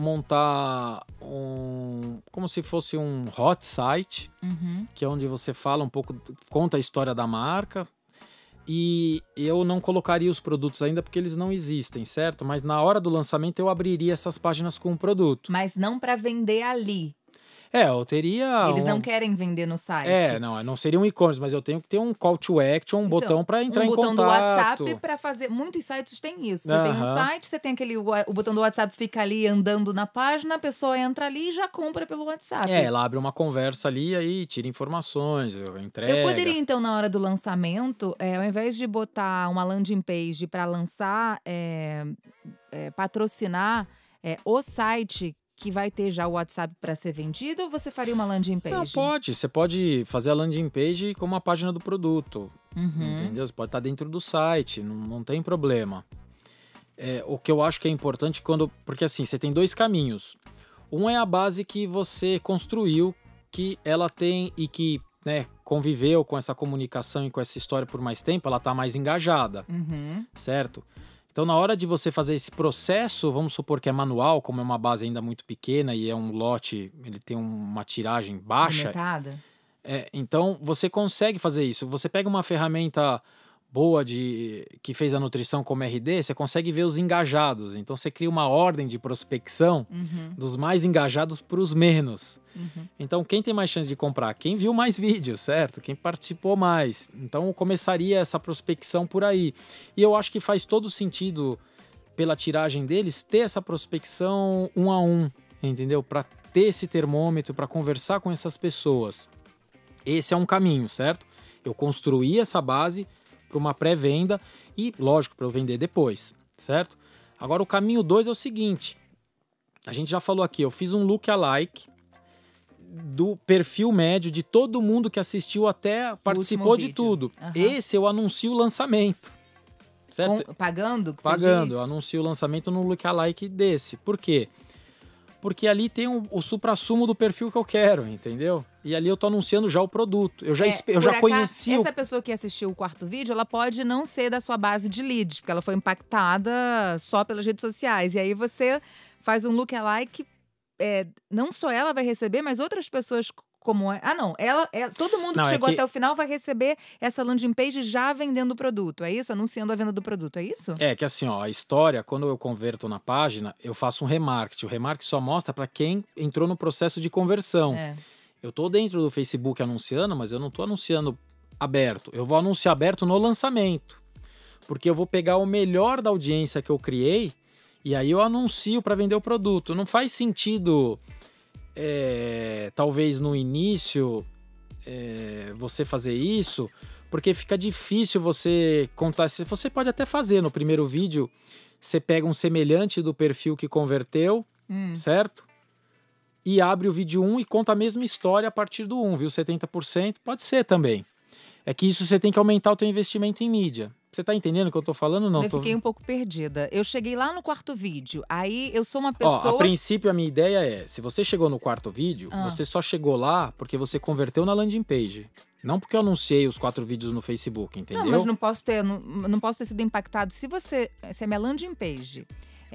montar um... como se fosse um hot site, Uhum. que é onde você fala um pouco, conta a história da marca. E eu não colocaria os produtos ainda porque eles não existem, certo? Mas na hora do lançamento eu abriria essas páginas com o produto. Mas não para vender ali. É, eu teria... Eles um... não querem vender no site. É, não, não seria um e-commerce, mas eu tenho que ter um call to action, um Isso, botão para entrar um em botão contato. do WhatsApp para fazer. Muitos sites têm isso. Você tem um Aham. site, você tem aquele. O botão do WhatsApp fica ali andando na página, a pessoa entra ali e já compra pelo WhatsApp. É, ela abre uma conversa ali, aí tira informações, entrega. Eu poderia, então, na hora do lançamento, é, ao invés de botar uma landing page para lançar, é, é, patrocinar é, o site que vai ter já o WhatsApp para ser vendido, ou você faria uma landing page? Não, pode. Você pode fazer a landing page como a página do produto. Uhum. Entendeu? Você pode estar dentro do site, não, não tem problema. É, o que eu acho que é importante quando... Porque assim, você tem dois caminhos. Um é a base que você construiu, que ela tem e que, né, conviveu com essa comunicação e com essa história por mais tempo, ela está mais engajada, Uhum. certo? Então, na hora de você fazer esse processo, vamos supor que é manual, como é uma base ainda muito pequena e é um lote, ele tem uma tiragem baixa, Limitada? é, então você consegue fazer isso. Você pega uma ferramenta boa de que fez a nutrição como R D, você consegue ver os engajados. Então você cria uma ordem de prospecção Uhum. dos mais engajados para os menos. Uhum. Então quem tem mais chance de comprar? Quem viu mais vídeos, certo? Quem participou mais. Então começaria essa prospecção por aí. E eu acho que faz todo sentido, pela tiragem deles, ter essa prospecção um a um, entendeu? Para ter esse termômetro, para conversar com essas pessoas. Esse é um caminho, certo? Eu construí essa base para uma pré-venda e, lógico, para eu vender depois, certo? Agora, o caminho dois é o seguinte. A gente já falou aqui, eu fiz um lookalike do perfil médio de todo mundo que assistiu até, participou de vídeo. tudo. Aham. Esse eu anuncio o lançamento, certo? Com- pagando? Que você Pagando, diz? eu anuncio o lançamento no lookalike desse. Por quê? Porque ali tem o, o suprassumo do perfil que eu quero, entendeu? E ali eu tô anunciando já o produto. Eu já, É, espe- eu por já acaso, conheci o... Essa pessoa que assistiu o quarto vídeo, ela pode não ser da sua base de leads, porque ela foi impactada só pelas redes sociais. E aí você faz um lookalike é, não só ela vai receber, mas outras pessoas como... é- Ah, não. Ela, ela- todo mundo Não, que é chegou que- até o final vai receber essa landing page já vendendo o produto. É isso? Anunciando a venda do produto. É isso? É que assim, ó, a história, quando eu converto na página, eu faço um remarketing. O remarketing só mostra para quem entrou no processo de conversão. É. Eu tô dentro do Facebook anunciando, mas eu não tô anunciando aberto. Eu vou anunciar aberto no lançamento. Porque eu vou pegar o melhor da audiência que eu criei e aí eu anuncio para vender o produto. Não faz sentido, é, talvez no início, é, você fazer isso, porque fica difícil você contar. Se Você pode até fazer no primeiro vídeo, você pega um semelhante do perfil que converteu, Hum. certo? E abre o vídeo um e conta a mesma história a partir do um, viu? setenta por cento, pode ser também. É que isso você tem que aumentar o teu investimento em mídia. Você tá entendendo o que eu tô falando? Não, eu tô... fiquei um pouco perdida. Eu cheguei lá no quarto vídeo. Aí eu sou uma Ó, pessoa... a princípio a minha ideia é, se você chegou no quarto vídeo, Ah. você só chegou lá porque você converteu na landing page. Não porque eu anunciei os quatro vídeos no Facebook, entendeu? Não, mas não posso ter, não, não posso ter sido impactado. Se você, se a minha landing page,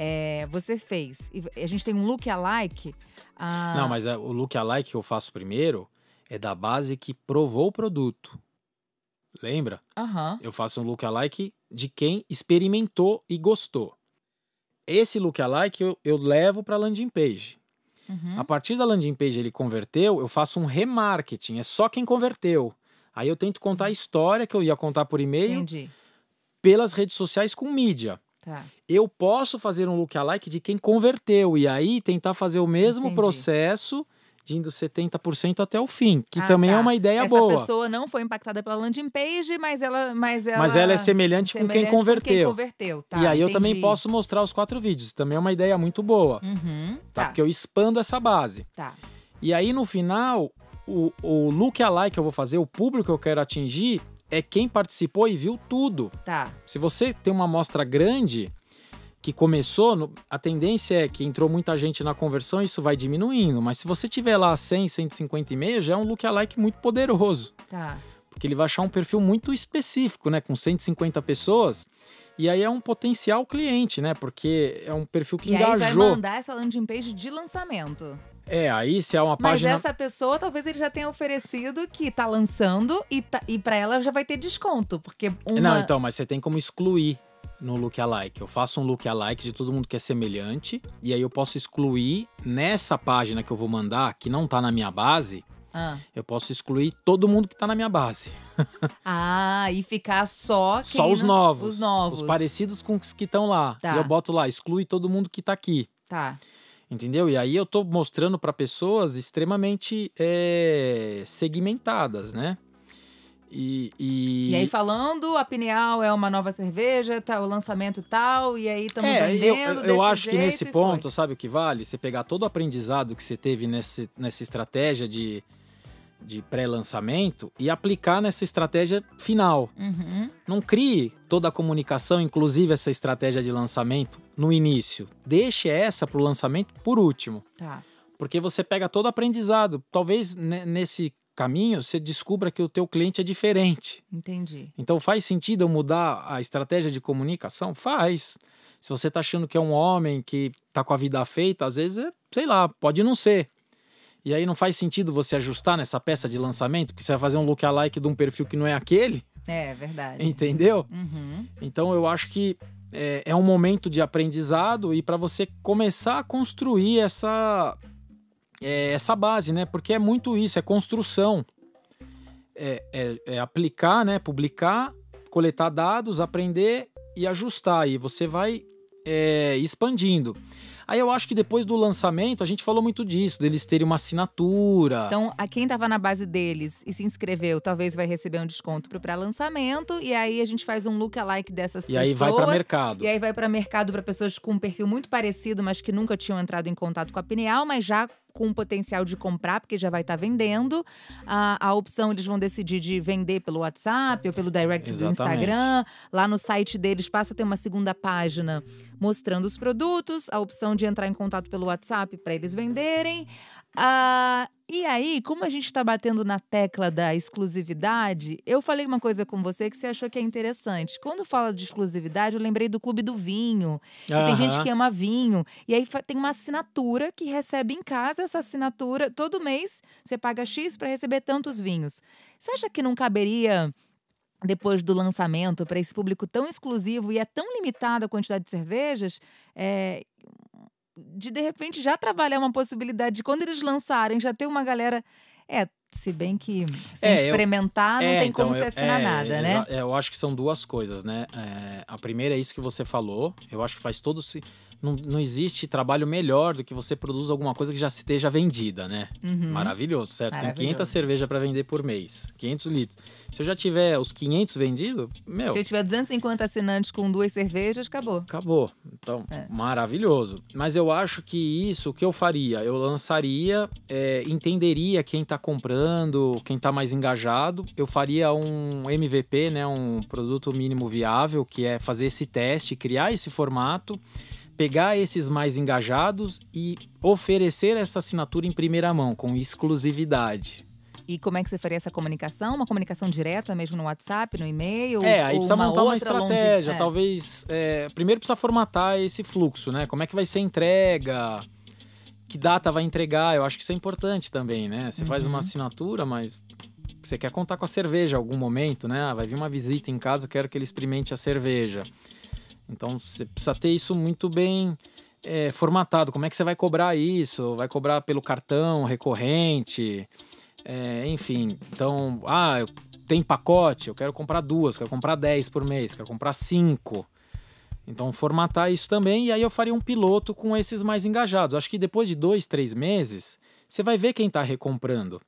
é, você fez, e a gente tem um look alike. Ah, Não, mas é, o lookalike que eu faço primeiro é da base que provou o produto. Lembra? Aham. Eu faço um lookalike de quem experimentou e gostou. Esse lookalike eu, eu levo para a landing page. Uhum. A partir da landing page ele converteu, eu faço um remarketing. É só quem converteu. Aí eu tento contar a história que eu ia contar por e-mail Entendi. pelas redes sociais com mídia. Tá. Eu posso fazer um lookalike de quem converteu e aí tentar fazer o mesmo Entendi. processo de indo setenta por cento até o fim, que Ah, também tá. é uma ideia Essa boa. pessoa não foi impactada pela landing page, mas ela, mas ela, Mas ela é semelhante, com quem semelhante com converteu. quem converteu. Tá, e aí eu também entendi. posso mostrar os quatro vídeos. Também é uma ideia muito boa, Uhum. tá? Tá, Porque eu expando essa base. tá. E aí no final, o, o lookalike que eu vou fazer, o público que eu quero atingir, é quem participou e viu tudo. Tá. Se você tem uma amostra grande que começou, no- a tendência é que entrou muita gente na conversão, isso vai diminuindo. Mas se você tiver lá cem, cento e cinquenta e meio, já é um lookalike muito poderoso. Tá. Porque ele vai achar um perfil muito específico, né? Com cento e cinquenta pessoas. E aí é um potencial cliente, né? Porque é um perfil que E aí vai engajou. mandar essa landing page de lançamento. É, aí se é uma Mas página... essa pessoa, talvez ele já tenha oferecido que tá lançando e, tá, e para ela já vai ter desconto, porque uma... Não, então, mas você tem como excluir no lookalike. Eu faço um lookalike de todo mundo que é semelhante, e aí eu posso excluir nessa página que eu vou mandar, que não tá na minha base, Ah. eu posso excluir todo mundo que tá na minha base. Ah, e ficar só Só quem os não- novos. Os novos. Os parecidos com os que estão lá. Tá. E eu boto lá, exclui todo mundo que tá aqui. Tá. Entendeu? E aí eu tô mostrando para pessoas extremamente é, segmentadas, né? E, e... E aí falando, a Pineal é uma nova cerveja, tá, o lançamento tal, e aí estamos É, eu, vendendo eu, desse eu acho que jeito nesse e ponto, foi. sabe o que vale? Você pegar todo o aprendizado que você teve nesse, nessa estratégia de, de pré-lançamento e aplicar nessa estratégia final. Uhum. Não crie toda a comunicação, inclusive essa estratégia de lançamento, no início. Deixe essa para o lançamento por último. Tá. Porque você pega todo o aprendizado. Talvez ne- nesse caminho você descubra que o teu cliente é diferente. Entendi. Então faz sentido eu mudar a estratégia de comunicação? Faz. Se você tá achando que é um homem que tá com a vida feita, às vezes é, sei lá, pode não ser. E aí não faz sentido você ajustar nessa peça de lançamento, porque você vai fazer um lookalike de um perfil que não é aquele, É, verdade. entendeu? Uhum. Então eu acho que é, é um momento de aprendizado e para você começar a construir essa, é, essa base, né? Porque é muito isso, é construção. É, é- é aplicar, né? Publicar, coletar dados, aprender e ajustar. E você vai é, expandindo. Aí eu acho que depois do lançamento, a gente falou muito disso, deles terem uma assinatura. Então, a quem tava na base deles e se inscreveu, talvez vai receber um desconto pro pré-lançamento. E aí a gente faz um lookalike dessas e pessoas. aí vai para mercado. E aí vai para mercado para pessoas com um perfil muito parecido, mas que nunca tinham entrado em contato com a Pineal, mas já com o potencial de comprar, porque já vai estar vendendo. A, a opção eles vão decidir de vender pelo WhatsApp ou pelo direct do Exatamente. Instagram. Lá no site deles passa a ter uma segunda página mostrando os produtos, a opção de entrar em contato pelo WhatsApp para eles venderem. Ah, E aí, como a gente está batendo na tecla da exclusividade, eu falei uma coisa com você que você achou que é interessante. Quando fala de exclusividade, eu lembrei do Clube do Vinho. E tem gente que Aham. ama vinho. E aí fa- tem uma assinatura que recebe em casa essa assinatura. Todo mês você paga X para receber tantos vinhos. Você acha que não caberia, depois do lançamento, para esse público tão exclusivo e é tão limitada a quantidade de cervejas, é, de de repente já trabalhar uma possibilidade de quando eles lançarem já ter uma galera. É, se bem que sem É, eu, experimentar não é, tem como então, se eu, assinar é, nada, né? exa- é, eu acho que são duas coisas, né? É, a primeira é isso que você falou. Eu acho que faz todo. se- Não, não existe trabalho melhor do que você produz alguma coisa que já esteja vendida, né? Uhum, Maravilhoso, certo? Tem quinhentas maravilhoso. cervejas para vender por mês, quinhentos litros. Se eu já tiver os quinhentos vendidos, Se meu, eu tiver duzentos e cinquenta assinantes com duas cervejas, acabou. acabou. Então, É. maravilhoso. Mas eu acho que isso, o que eu faria? Eu lançaria, é, entenderia quem está comprando, quem está mais engajado. Eu faria um M V P, né, um produto mínimo viável, que é fazer esse teste, criar esse formato, pegar esses mais engajados e oferecer essa assinatura em primeira mão, com exclusividade. E como é que você faria essa comunicação? Uma comunicação direta mesmo no WhatsApp, no e-mail? É, aí Ou precisa uma montar uma outra longe... estratégia, É. talvez. É, primeiro precisa formatar esse fluxo, né? Como é que vai ser a entrega? Que data vai entregar? Eu acho que isso é importante também, né? Você faz uma Uhum. assinatura, mas você quer contar com a cerveja em algum momento, né? Ah, vai vir uma visita em casa, eu quero que ele experimente a cerveja. Então você precisa ter isso muito bem é, formatado. Como é que você vai cobrar isso? Vai cobrar pelo cartão recorrente? É, enfim, então, ah, eu- tem pacote, eu quero comprar duas, quero comprar dez por mês, quero comprar cinco. Então, formatar isso também, e aí eu faria um piloto com esses mais engajados. Acho que depois de dois, três meses, você vai ver quem está recomprando.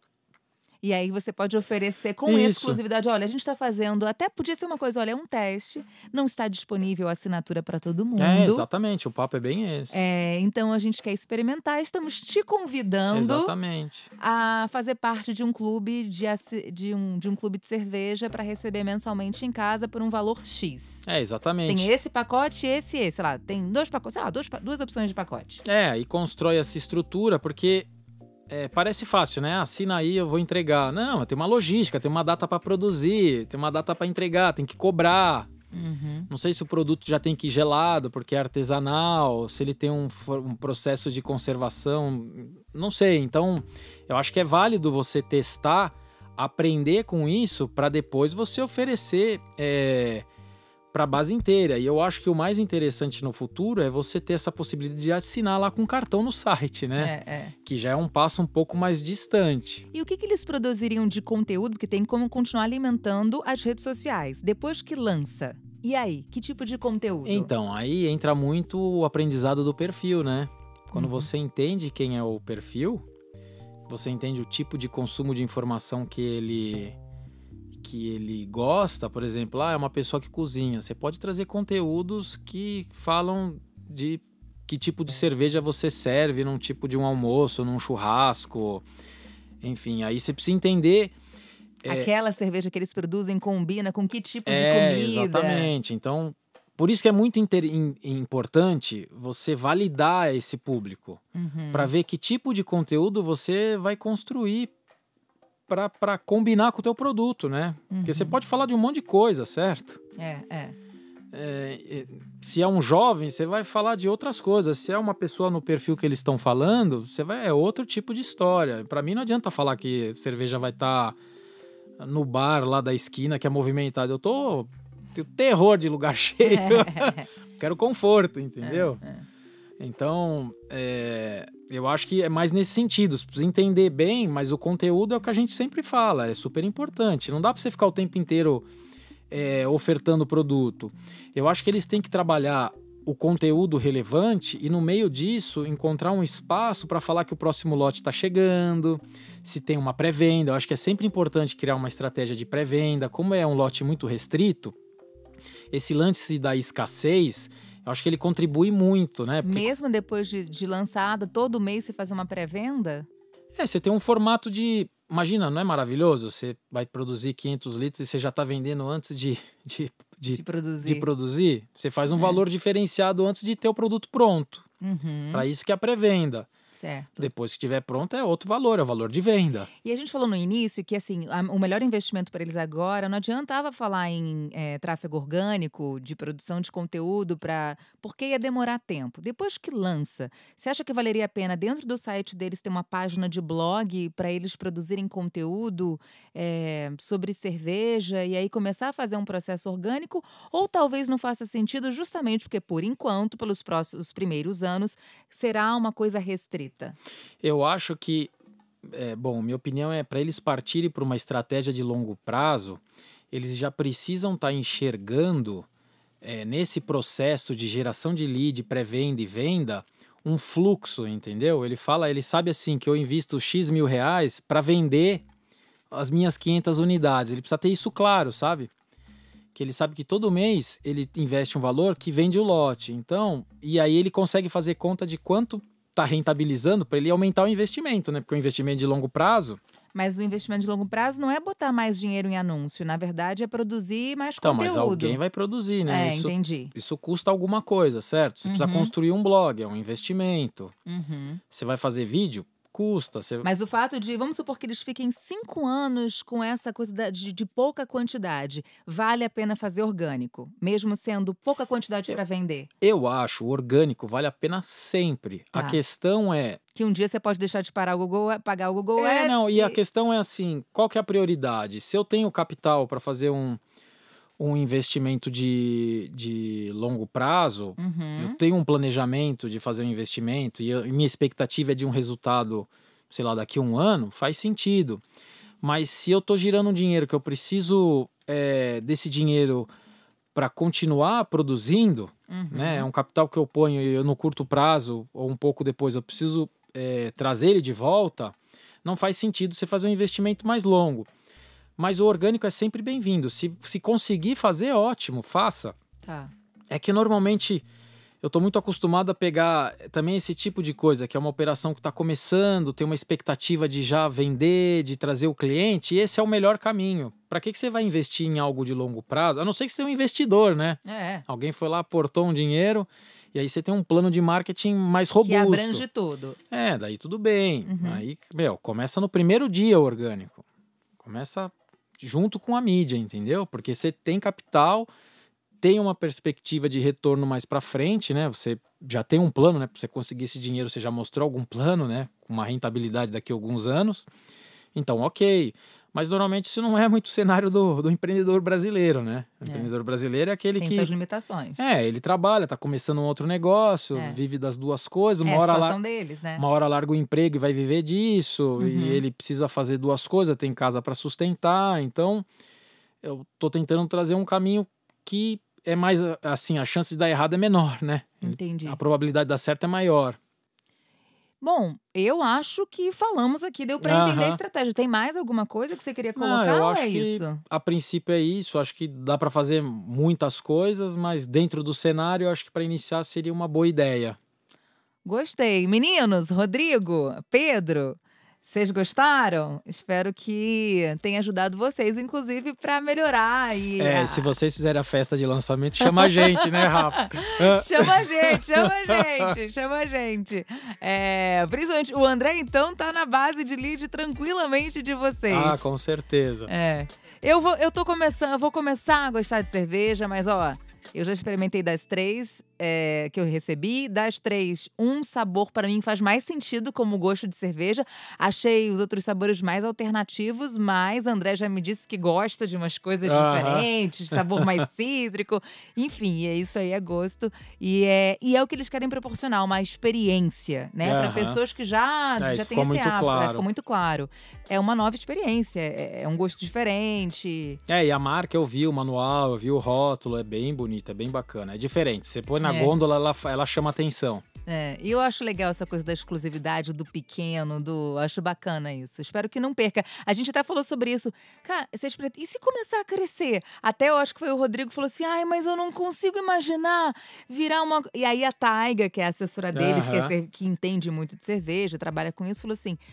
E aí você pode oferecer com Isso. exclusividade. Olha, a gente está fazendo, até podia ser uma coisa, olha, é um teste, não está disponível a assinatura para todo É, mundo. exatamente, o papo é bem esse. É, então a gente quer experimentar, estamos te convidando Exatamente. a fazer parte de um clube de, assi- de um, de um clube de cerveja para receber mensalmente em casa por um valor X. É, Tem exatamente. esse pacote, esse e esse, sei lá, tem dois pacotes, sei lá, dois pa- duas opções de pacote. É, e constrói essa estrutura, porque é, parece fácil, né? Assina aí, eu vou entregar. Não, tem uma logística, tem uma data para produzir, tem uma data para entregar, tem que cobrar. Uhum. Não sei se o produto já tem que ir gelado, porque é artesanal, se ele tem um, for- um processo de conservação, não sei. Então, eu acho que é válido você testar, aprender com isso, para depois você oferecer para a base inteira. E eu acho que o mais interessante no futuro é você ter essa possibilidade de assinar lá com cartão no site, né? É, é. Que já é um passo um pouco mais distante. E o que, que eles produziriam de conteúdo? Porque tem como continuar alimentando as redes sociais depois que lança. E aí, que tipo de conteúdo? Então, aí entra muito o aprendizado do perfil, né? Quando Uhum. você entende quem é o perfil, você entende o tipo de consumo de informação que ele que ele gosta, por exemplo, ah, é uma pessoa que cozinha. Você pode trazer conteúdos que falam de que tipo de cerveja você serve num tipo de um almoço, num churrasco, enfim, aí você precisa entender. Aquela cerveja que eles produzem combina com que tipo de É, comida? exatamente. Então, por isso que é muito inter- im- importante você validar esse público, Uhum. para ver que tipo de conteúdo você vai construir para combinar com o teu produto, né? Porque você Uhum. pode falar de um monte de coisa, certo? É, é. É, é, se é um jovem, você vai falar de outras coisas. Se é uma pessoa no perfil que eles estão falando, você vai é outro tipo de história. Para mim não adianta falar que cerveja vai estar no bar lá da esquina que é movimentado. Eu tô tenho terror de lugar cheio. Quero conforto, entendeu? É, é. Então, é, eu acho que é mais nesse sentido. Você precisa entender bem, mas o conteúdo é o que a gente sempre fala, é super importante. Não dá para você ficar o tempo inteiro é, ofertando produto. Eu acho que eles têm que trabalhar o conteúdo relevante e, no meio disso, encontrar um espaço para falar que o próximo lote está chegando, se tem uma pré-venda. Eu acho que é sempre importante criar uma estratégia de pré-venda. Como é um lote muito restrito, esse lance da escassez, eu acho que ele contribui muito, né? Porque Mesmo depois de, de lançada, todo mês você faz uma pré-venda? é, você tem um formato de... Imagina, não é maravilhoso? Você vai produzir quinhentos litros e você já está vendendo antes de, de, de, De produzir. de produzir. Você faz um É. valor diferenciado antes de ter o produto pronto. Uhum. Para isso que é a pré-venda. Certo. Depois que estiver pronto é outro valor, é o valor de venda. E a gente falou no início que assim, a- o melhor investimento para eles agora não adiantava falar em eh, tráfego orgânico, de produção de conteúdo, para porque ia demorar tempo. Depois que lança, você acha que valeria a pena dentro do site deles ter uma página de blog para eles produzirem conteúdo eh, sobre cerveja e aí começar a fazer um processo orgânico? Ou talvez não faça sentido justamente porque, por enquanto, pelos próximos primeiros anos, será uma coisa restrita? Eu acho que, é, bom, minha opinião é para eles partirem para uma estratégia de longo prazo, eles já precisam estar enxergando é, nesse processo de geração de lead, pré-venda e venda, um fluxo, entendeu? Ele fala, ele sabe assim que eu invisto X mil reais para vender as minhas quinhentas unidades. Ele precisa ter isso claro, sabe? Que ele sabe que todo mês ele investe um valor que vende o lote. Então, e aí ele consegue fazer conta de quanto está rentabilizando para ele aumentar o investimento, né? Porque o investimento de longo prazo. Mas o investimento de longo prazo não é botar mais dinheiro em anúncio, na verdade é produzir mais Então, conteúdo. mas alguém vai produzir, né? É, isso, entendi. isso custa alguma coisa, certo? Você Uhum. precisa construir um blog, é um investimento. Uhum. Você vai fazer vídeo? Custa. Você... Mas o fato de, vamos supor que eles fiquem cinco anos com essa coisa da- de, de pouca quantidade, vale a pena fazer orgânico, mesmo sendo pouca quantidade para vender? Eu acho o orgânico vale a pena sempre. Tá. A questão é... Que um dia você pode deixar de parar o Google, pagar o Google É, Ads. não, e a questão é assim, qual que é a prioridade? Se eu tenho capital para fazer um, um investimento de, de longo prazo, Uhum. eu tenho um planejamento de fazer um investimento e, eu, e minha expectativa é de um resultado, sei lá, daqui a um ano, faz sentido. Mas se eu estou girando um dinheiro que eu preciso é, desse dinheiro para continuar produzindo, Uhum. né, é um capital que eu ponho e eu no curto prazo ou um pouco depois eu preciso é, trazer ele de volta, não faz sentido você fazer um investimento mais longo. Mas o orgânico é sempre bem-vindo. Se, se conseguir fazer, ótimo, faça. Tá. É que normalmente eu estou muito acostumado a pegar também esse tipo de coisa, que é uma operação que está começando, tem uma expectativa de já vender, de trazer o cliente, e esse é o melhor caminho. Para que, que você vai investir em algo de longo prazo? A não ser que você tenha um investidor, né? É. Alguém foi lá, aportou um dinheiro, e aí você tem um plano de marketing mais robusto. Que abrange tudo. É, daí tudo bem. Uhum. Aí, meu, começa no primeiro dia o orgânico. Começa junto com a mídia, entendeu? Porque você tem capital, tem uma perspectiva de retorno mais para frente, né? Você já tem um plano, né? Para você conseguir esse dinheiro, você já mostrou algum plano, né? Com uma rentabilidade daqui a alguns anos. Então, ok. Mas normalmente isso não é muito o cenário do, do empreendedor brasileiro, né? O É. empreendedor brasileiro é aquele Tem que... suas limitações. É, ele trabalha, tá começando um outro negócio, É. vive das duas coisas, É uma a hora situação lá... deles, né? Uma hora larga o emprego e vai viver disso, Uhum. e ele precisa fazer duas coisas, tem casa para sustentar, então eu tô tentando trazer um caminho que é mais, assim, a chance de dar errado é menor, né? Entendi. A probabilidade de dar certo é maior. Bom, eu acho que falamos aqui, deu para entender a Aham. estratégia. Tem mais alguma coisa que você queria Não, colocar eu ou acho é que isso? a princípio é isso, acho que dá para fazer muitas coisas, mas dentro do cenário, eu acho que para iniciar seria uma boa ideia. Gostei. Meninos, Rodrigo, Pedro, vocês gostaram? Espero que tenha ajudado vocês, inclusive, para melhorar e É, a- se vocês fizerem a festa de lançamento, chama a gente, né, Rafa? Ah, Chama a gente, chama a gente, chama a gente. É, principalmente o André, então, tá na base de lead tranquilamente de vocês. Ah, com certeza. É. Eu vou, eu tô começando, eu vou começar a gostar de cerveja, mas ó, eu já experimentei das três é, que eu recebi. Das três, um sabor pra mim faz mais sentido como gosto de cerveja. Achei os outros sabores mais alternativos, mas André já me disse que gosta de umas coisas Aham. diferentes, sabor mais cítrico. Enfim, é isso aí, é gosto. E é, e é o que eles querem proporcionar, uma experiência, né? Pra Aham. pessoas que já, É, já isso têm ficou esse muito hábito. É, claro. ficou muito claro. É uma nova experiência, é, é um gosto diferente. É, e a marca eu vi o manual, eu vi o rótulo, é bem bonito, é bem bacana. É diferente, você põe na É. gôndola, ela, ela chama atenção. É, e eu acho legal essa coisa da exclusividade, do pequeno, do. Acho bacana isso. Espero que não perca. A gente até falou sobre isso. Cara, vocês pre- e se começar a crescer? Até eu acho que foi o Rodrigo que falou assim: ai, mas eu não consigo imaginar virar uma. E aí a Taiga, que é a assessora deles, que, é Aham. cer- que entende muito de cerveja, trabalha com isso, falou assim.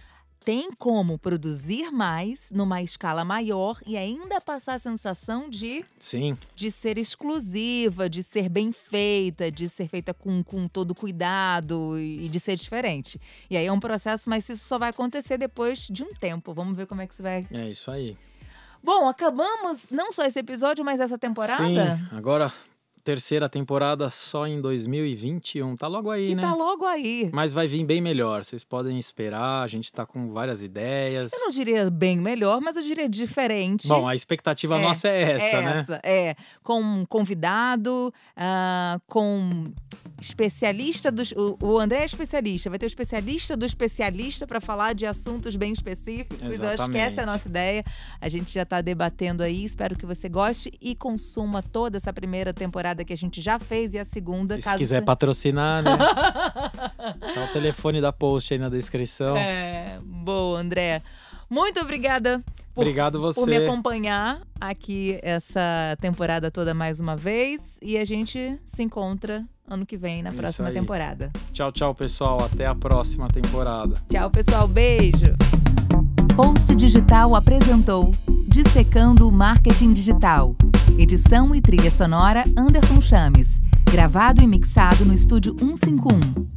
tem como produzir mais, numa escala maior e ainda passar a sensação de, Sim. de ser exclusiva, de ser bem feita, de ser feita com, com todo cuidado e de ser diferente. E aí é um processo, mas isso só vai acontecer depois de um tempo. Vamos ver como é que isso vai… É isso aí. Bom, acabamos não só esse episódio, mas essa temporada. Sim, agora… Terceira temporada só em dois mil e vinte e um. Tá logo aí, que né? tá logo aí. Mas vai vir bem melhor. Vocês podem esperar. A gente tá com várias ideias. Eu não diria bem melhor, mas eu diria diferente. Bom, a expectativa é, nossa é essa, é né? Essa, é. Com um convidado, uh, com especialista dos… O, o André é especialista. Vai ter o especialista do especialista para falar de assuntos bem específicos. Exatamente. Eu acho que essa é a nossa ideia. A gente já tá debatendo aí. Espero que você goste e consuma toda essa primeira temporada que a gente já fez e a segunda. E se caso quiser você… patrocinar, né? Tá o telefone da post aí na descrição. É, boa, André. Muito obrigada por, Obrigado você. por me acompanhar aqui essa temporada toda mais uma vez. E a gente se encontra ano que vem na Isso próxima aí. temporada. Tchau, tchau, pessoal. Até a próxima temporada. Tchau, pessoal. Beijo. Post Digital apresentou Dissecando o Marketing Digital. Edição e trilha sonora Anderson Chames. Gravado e mixado no estúdio cento e cinquenta e um.